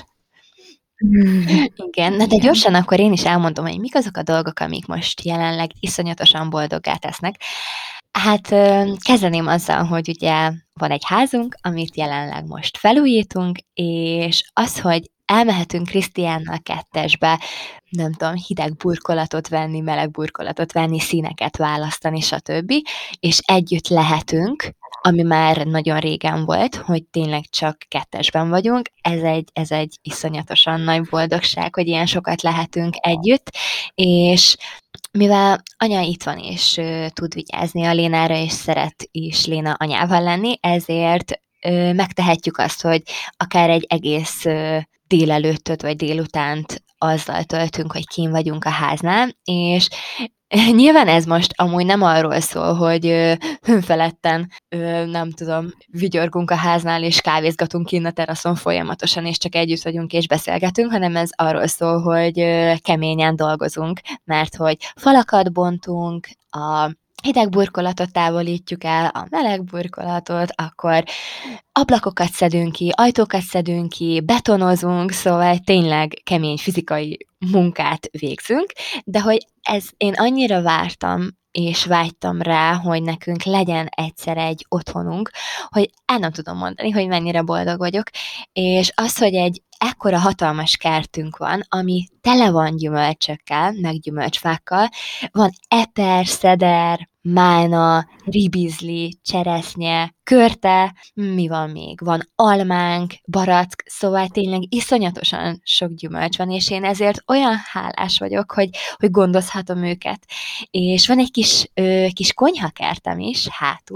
Igen, na de gyorsan akkor én is elmondom, hogy mik azok a dolgok, amik most jelenleg iszonyatosan boldoggá tesznek. Hát ö, kezdeném azzal, hogy ugye van egy házunk, amit jelenleg most felújítunk, és az, hogy elmehetünk Krisztiánnal kettesbe, nem tudom, hideg burkolatot venni, meleg burkolatot venni, színeket választani, stb. És együtt lehetünk, ami már nagyon régen volt, hogy tényleg csak kettesben vagyunk. Ez egy, ez egy iszonyatosan nagy boldogság, hogy ilyen sokat lehetünk együtt, és mivel anya itt van, és ö, tud vigyázni a Lénára, és szeret is Léna anyával lenni, ezért ö, megtehetjük azt, hogy akár egy egész ö, délelőttöt vagy délutánt azzal töltünk, hogy kín vagyunk a háznál, és nyilván ez most amúgy nem arról szól, hogy ö, hőfeletten, ö, nem tudom, vigyorgunk a háznál, és kávézgatunk kinn a teraszon folyamatosan, és csak együtt vagyunk, és beszélgetünk, hanem ez arról szól, hogy ö, keményen dolgozunk, mert hogy falakat bontunk, a hideg burkolatot távolítjuk el, a meleg burkolatot, akkor ablakokat szedünk ki, ajtókat szedünk ki, betonozunk, szóval tényleg kemény fizikai munkát végzünk, de hogy ez én annyira vártam, és vágytam rá, hogy nekünk legyen egyszer egy otthonunk, hogy el nem tudom mondani, hogy mennyire boldog vagyok, és az, hogy egy ekkora hatalmas kertünk van, ami tele van gyümölcsökkel, meg gyümölcsfákkal, van eper, szeder, málna, ribizli, cseresznye, körte, mi van még? Van almánk, barack, szóval tényleg iszonyatosan sok gyümölcs van, és én ezért olyan hálás vagyok, hogy, hogy gondozhatom őket. És van egy kis, ö, kis konyhakertem is hátul,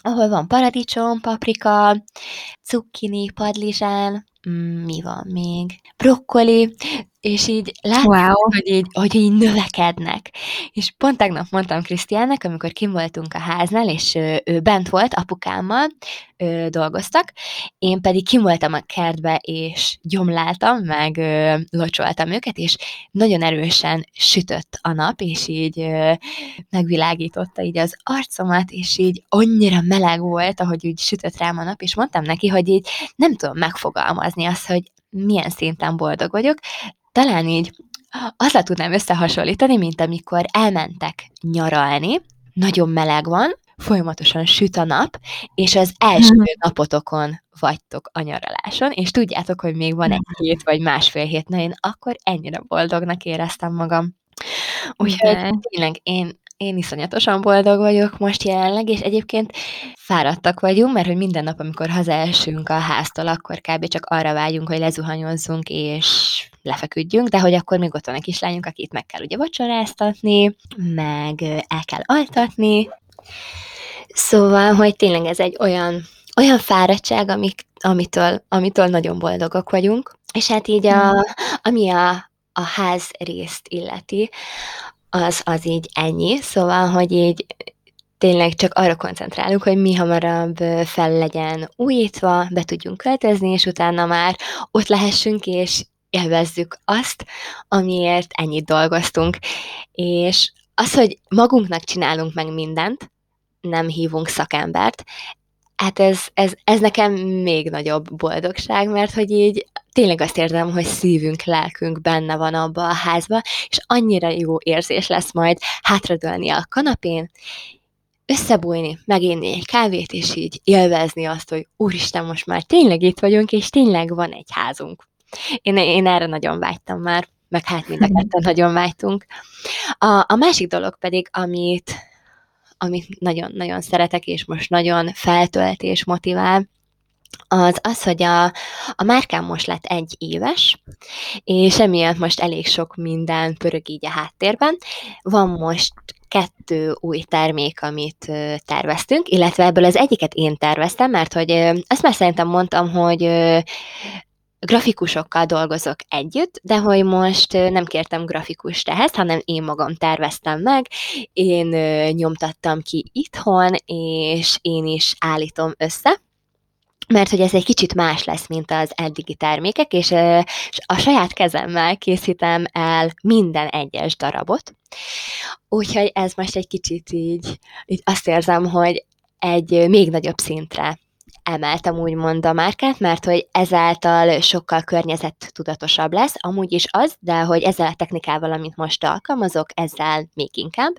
ahol van paradicsom, paprika, cukkini, padlizsán, mm, mi van még? Brokkoli, és így látszik, Wow. hogy így, hogy így növekednek. És pont tegnap mondtam Krisztiánnak, amikor kim voltunk a háznál, és ő, ő bent volt apukámmal, ő, dolgoztak, én pedig kim voltam a kertbe, és gyomláltam, meg ö, locsoltam őket, és nagyon erősen sütött a nap, és így ö, megvilágította így az arcomat, és így annyira meleg volt, ahogy úgy sütött rám a nap, és mondtam neki, hogy így nem tudom megfogalmazni azt, hogy milyen szinten boldog vagyok. Talán így azzal tudnám összehasonlítani, mint amikor elmentek nyaralni, nagyon meleg van, folyamatosan süt a nap, és az első napotokon vagytok a nyaraláson, és tudjátok, hogy még van egy hét vagy másfél hét, na én akkor ennyire boldognak éreztem magam. Úgyhogy De. tényleg én, én iszonyatosan boldog vagyok most jelenleg, és egyébként fáradtak vagyunk, mert hogy minden nap, amikor hazaesünk a háztól, akkor kb. Csak arra vágyunk, hogy lezuhanyozzunk, és lefeküdjünk, de hogy akkor még ott van a kislányunk, akit meg kell ugye vacsoráztatni, meg el kell altatni. Szóval, hogy tényleg ez egy olyan, olyan fáradtság, amik, amitől, amitől nagyon boldogok vagyunk. És hát így, a, ami a, a ház részt illeti, az, az így ennyi. Szóval, hogy így tényleg csak arra koncentrálunk, hogy mi hamarabb fel legyen újítva, be tudjunk költözni, és utána már ott lehessünk, és élvezzük azt, amiért ennyit dolgoztunk. És az, hogy magunknak csinálunk meg mindent, nem hívunk szakembert, hát ez, ez, ez nekem még nagyobb boldogság, mert hogy így tényleg azt érzem, hogy szívünk, lelkünk benne van abba a házba, és annyira jó érzés lesz majd hátradőlni a kanapén, összebújni, meginni egy kávét, és így élvezni azt, hogy úristen, most már tényleg itt vagyunk, és tényleg van egy házunk. Én, én erre nagyon vágytam már, meg hát mind a ketten nagyon vágytunk. A, a másik dolog pedig, amit, amit nagyon-nagyon szeretek, és most nagyon feltölt és motivál, az az, hogy a, a márkám most lett egy éves, és emiatt most elég sok minden pörög így a háttérben. Van most kettő új termék, amit ö, terveztünk, illetve ebből az egyiket én terveztem, mert hogy ö, azt már szerintem mondtam, hogy ö, grafikusokkal dolgozok együtt, de hogy most ö, nem kértem grafikust ehhez, hanem én magam terveztem meg, én ö, nyomtattam ki itthon, és én is állítom össze, mert hogy ez egy kicsit más lesz, mint az eddigi termékek, és a saját kezemmel készítem el minden egyes darabot. Úgyhogy ez most egy kicsit így, így azt érzem, hogy egy még nagyobb szintre emeltem úgymond a márkát, mert hogy ezáltal sokkal környezettudatosabb lesz, amúgy is az, de hogy ezzel a technikával, amit most alkalmazok, ezzel még inkább.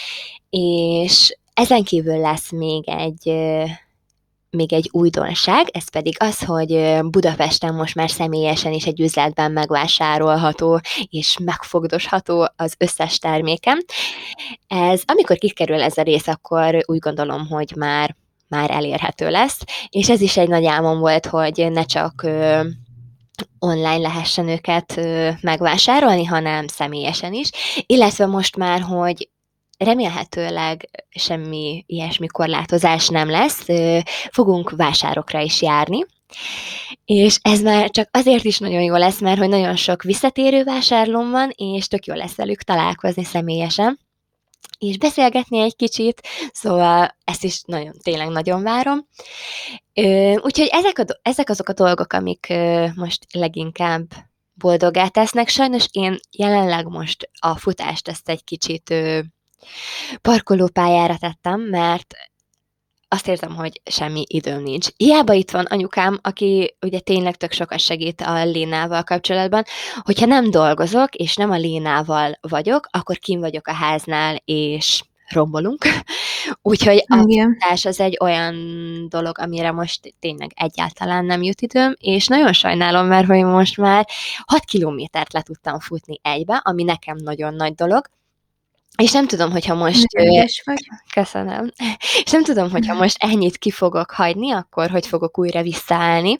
És ezen kívül lesz még egy még egy újdonság, ez pedig az, hogy Budapesten most már személyesen is egy üzletben megvásárolható és megfogdosható az összes termékem. Ez, amikor kikerül ez a rész, akkor úgy gondolom, hogy már, már elérhető lesz, és ez is egy nagy álmom volt, hogy ne csak ö, online lehessen őket ö, megvásárolni, hanem személyesen is, illetve most már, hogy remélhetőleg semmi ilyesmi korlátozás nem lesz, fogunk vásárokra is járni, és ez már csak azért is nagyon jó lesz, mert hogy nagyon sok visszatérő vásárlóm van, és tök jó lesz velük találkozni személyesen, és beszélgetni egy kicsit, szóval ezt is nagyon, tényleg nagyon várom. Úgyhogy ezek, a, ezek azok a dolgok, amik most leginkább boldoggá tesznek. Sajnos én jelenleg most a futást ezt egy kicsit parkolópályára tettem, mert azt érzem, hogy semmi időm nincs. Hiába itt van anyukám, aki ugye tényleg tök sokat segít a Lénával kapcsolatban, hogyha nem dolgozok, és nem a Lénával vagyok, akkor kim vagyok a háznál, és rombolunk. Úgyhogy a futás az egy olyan dolog, amire most tényleg egyáltalán nem jut időm, és nagyon sajnálom, mert hogy most már hat kilométert le tudtam futni egybe, ami nekem nagyon nagy dolog, és nem tudom, hogyha most... Ügyes vagy. Köszönöm. És nem tudom, hogyha most ennyit ki fogok hagyni, akkor hogy fogok újra visszaállni.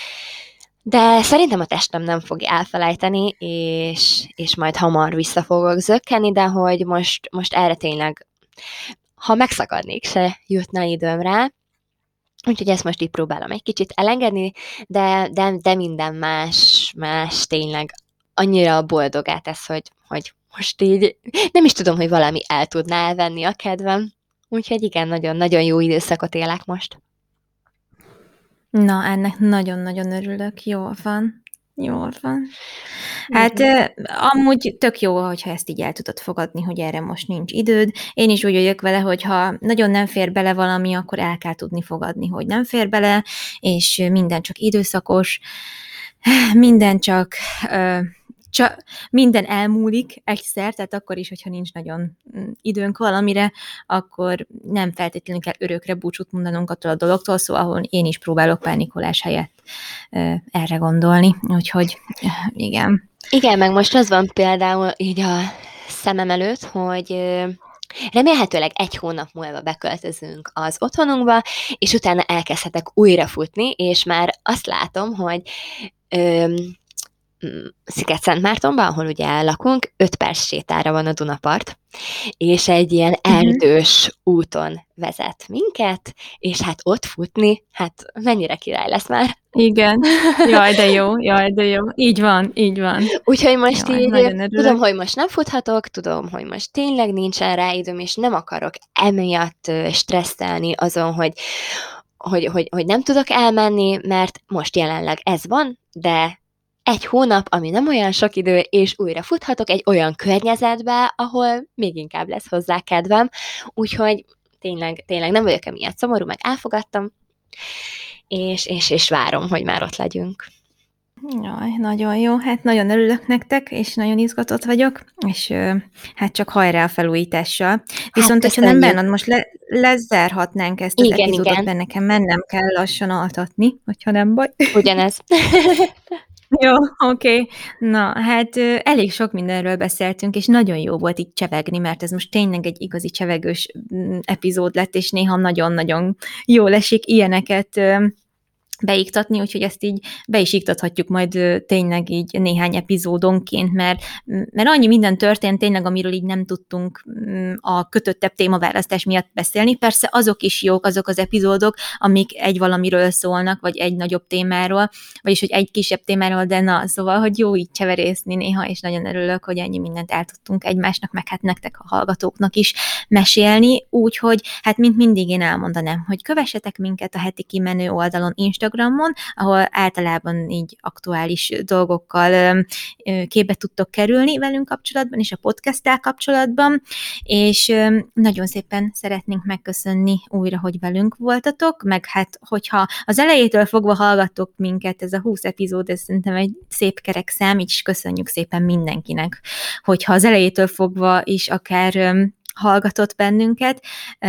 De szerintem a testem nem fog elfelejteni, és, és majd hamar vissza fogok zökkenni, de hogy most, most erre tényleg, ha megszakadnék, se jutna időm rá. Úgyhogy ezt most így próbálom egy kicsit elengedni, de, de, de minden más, más tényleg annyira boldogá tesz, hogy, hogy most így nem is tudom, hogy valami el tudná elvenni a kedvem. Úgyhogy igen, nagyon-nagyon jó időszakot élek most. Na, ennek nagyon-nagyon örülök. Jól van. Jól van. Hát Igen. amúgy tök jó, hogyha ezt így el tudod fogadni, hogy erre most nincs időd. Én is úgy vagyok vele, hogy ha nagyon nem fér bele valami, akkor el kell tudni fogadni, hogy nem fér bele, és minden csak időszakos, minden csak... Ö, Csak minden elmúlik egyszer, tehát akkor is, hogyha nincs nagyon időnk valamire, akkor nem feltétlenül kell örökre búcsút mondanunk attól a dologtól, szóval én is próbálok pánikolás helyett erre gondolni, úgyhogy igen. Igen, meg most az van például így a szemem előtt, hogy remélhetőleg egy hónap múlva beköltözünk az otthonunkba, és utána elkezdhetek újra futni, és már azt látom, hogy öm, Sziget-Szentmártonban, ahol ugye lakunk, öt perc sétára van a Dunapart, és egy ilyen erdős úton vezet minket, és hát ott futni, hát mennyire király lesz már. Igen. Jaj, de jó, jaj, de jó. Így van, így van. Úgyhogy most Jaj, így tudom, hogy most nem futhatok, tudom, hogy most tényleg nincsen rá időm, és nem akarok emiatt stresszelni azon, hogy, hogy, hogy, hogy nem tudok elmenni, mert most jelenleg ez van, de egy hónap, ami nem olyan sok idő, és újra futhatok egy olyan környezetbe, ahol még inkább lesz hozzá kedvem, úgyhogy tényleg, tényleg nem vagyok emiatt szomorú, meg elfogadtam, és, és, és várom, hogy már ott legyünk. Jaj, nagyon jó, hát nagyon örülök nektek, és nagyon izgatott vagyok, és hát csak hajrá a felújítással. Viszont, hát, hogyha nem benned, most le, lezárhatnánk ezt az igen, epizódot, igen. mert nekem mennem kell lassan altatni, hogyha nem baj. Ugyanez. Jó, oké. Okay. Na, hát elég sok mindenről beszéltünk, és nagyon jó volt így csevegni, mert ez most tényleg egy igazi csevegős epizód lett, és néha nagyon-nagyon jól esik ilyeneket beiktatni, úgyhogy ezt így be is iktathatjuk majd tényleg így néhány epizódonként, mert, mert annyi minden történt tényleg, amiről így nem tudtunk a kötöttebb témaválasztás miatt beszélni. Persze azok is jók, azok az epizódok, amik egy valamiről szólnak, vagy egy nagyobb témáról, vagyis hogy egy kisebb témáról, de na, szóval, hogy jó így cseverészni néha, és nagyon örülök, hogy ennyi mindent el tudtunk egymásnak, meg hát nektek a hallgatóknak is mesélni, úgyhogy hát mint mindig én elmondanám, hogy kövessetek minket a Heti Kimenő oldalon, Instagramon, ahol általában így aktuális dolgokkal képbe tudtok kerülni velünk kapcsolatban, és a podcasttel kapcsolatban, és nagyon szépen szeretnénk megköszönni újra, hogy velünk voltatok, meg hát, hogyha az elejétől fogva hallgattok minket, ez a húsz epizód, ez szerintem egy szép kerek szám, így is köszönjük szépen mindenkinek, hogyha az elejétől fogva is akár hallgatott bennünket,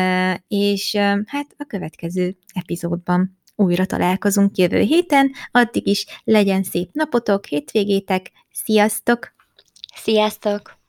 és hát a következő epizódban újra találkozunk jövő héten, addig is legyen szép napotok, hétvégétek, sziasztok! Sziasztok!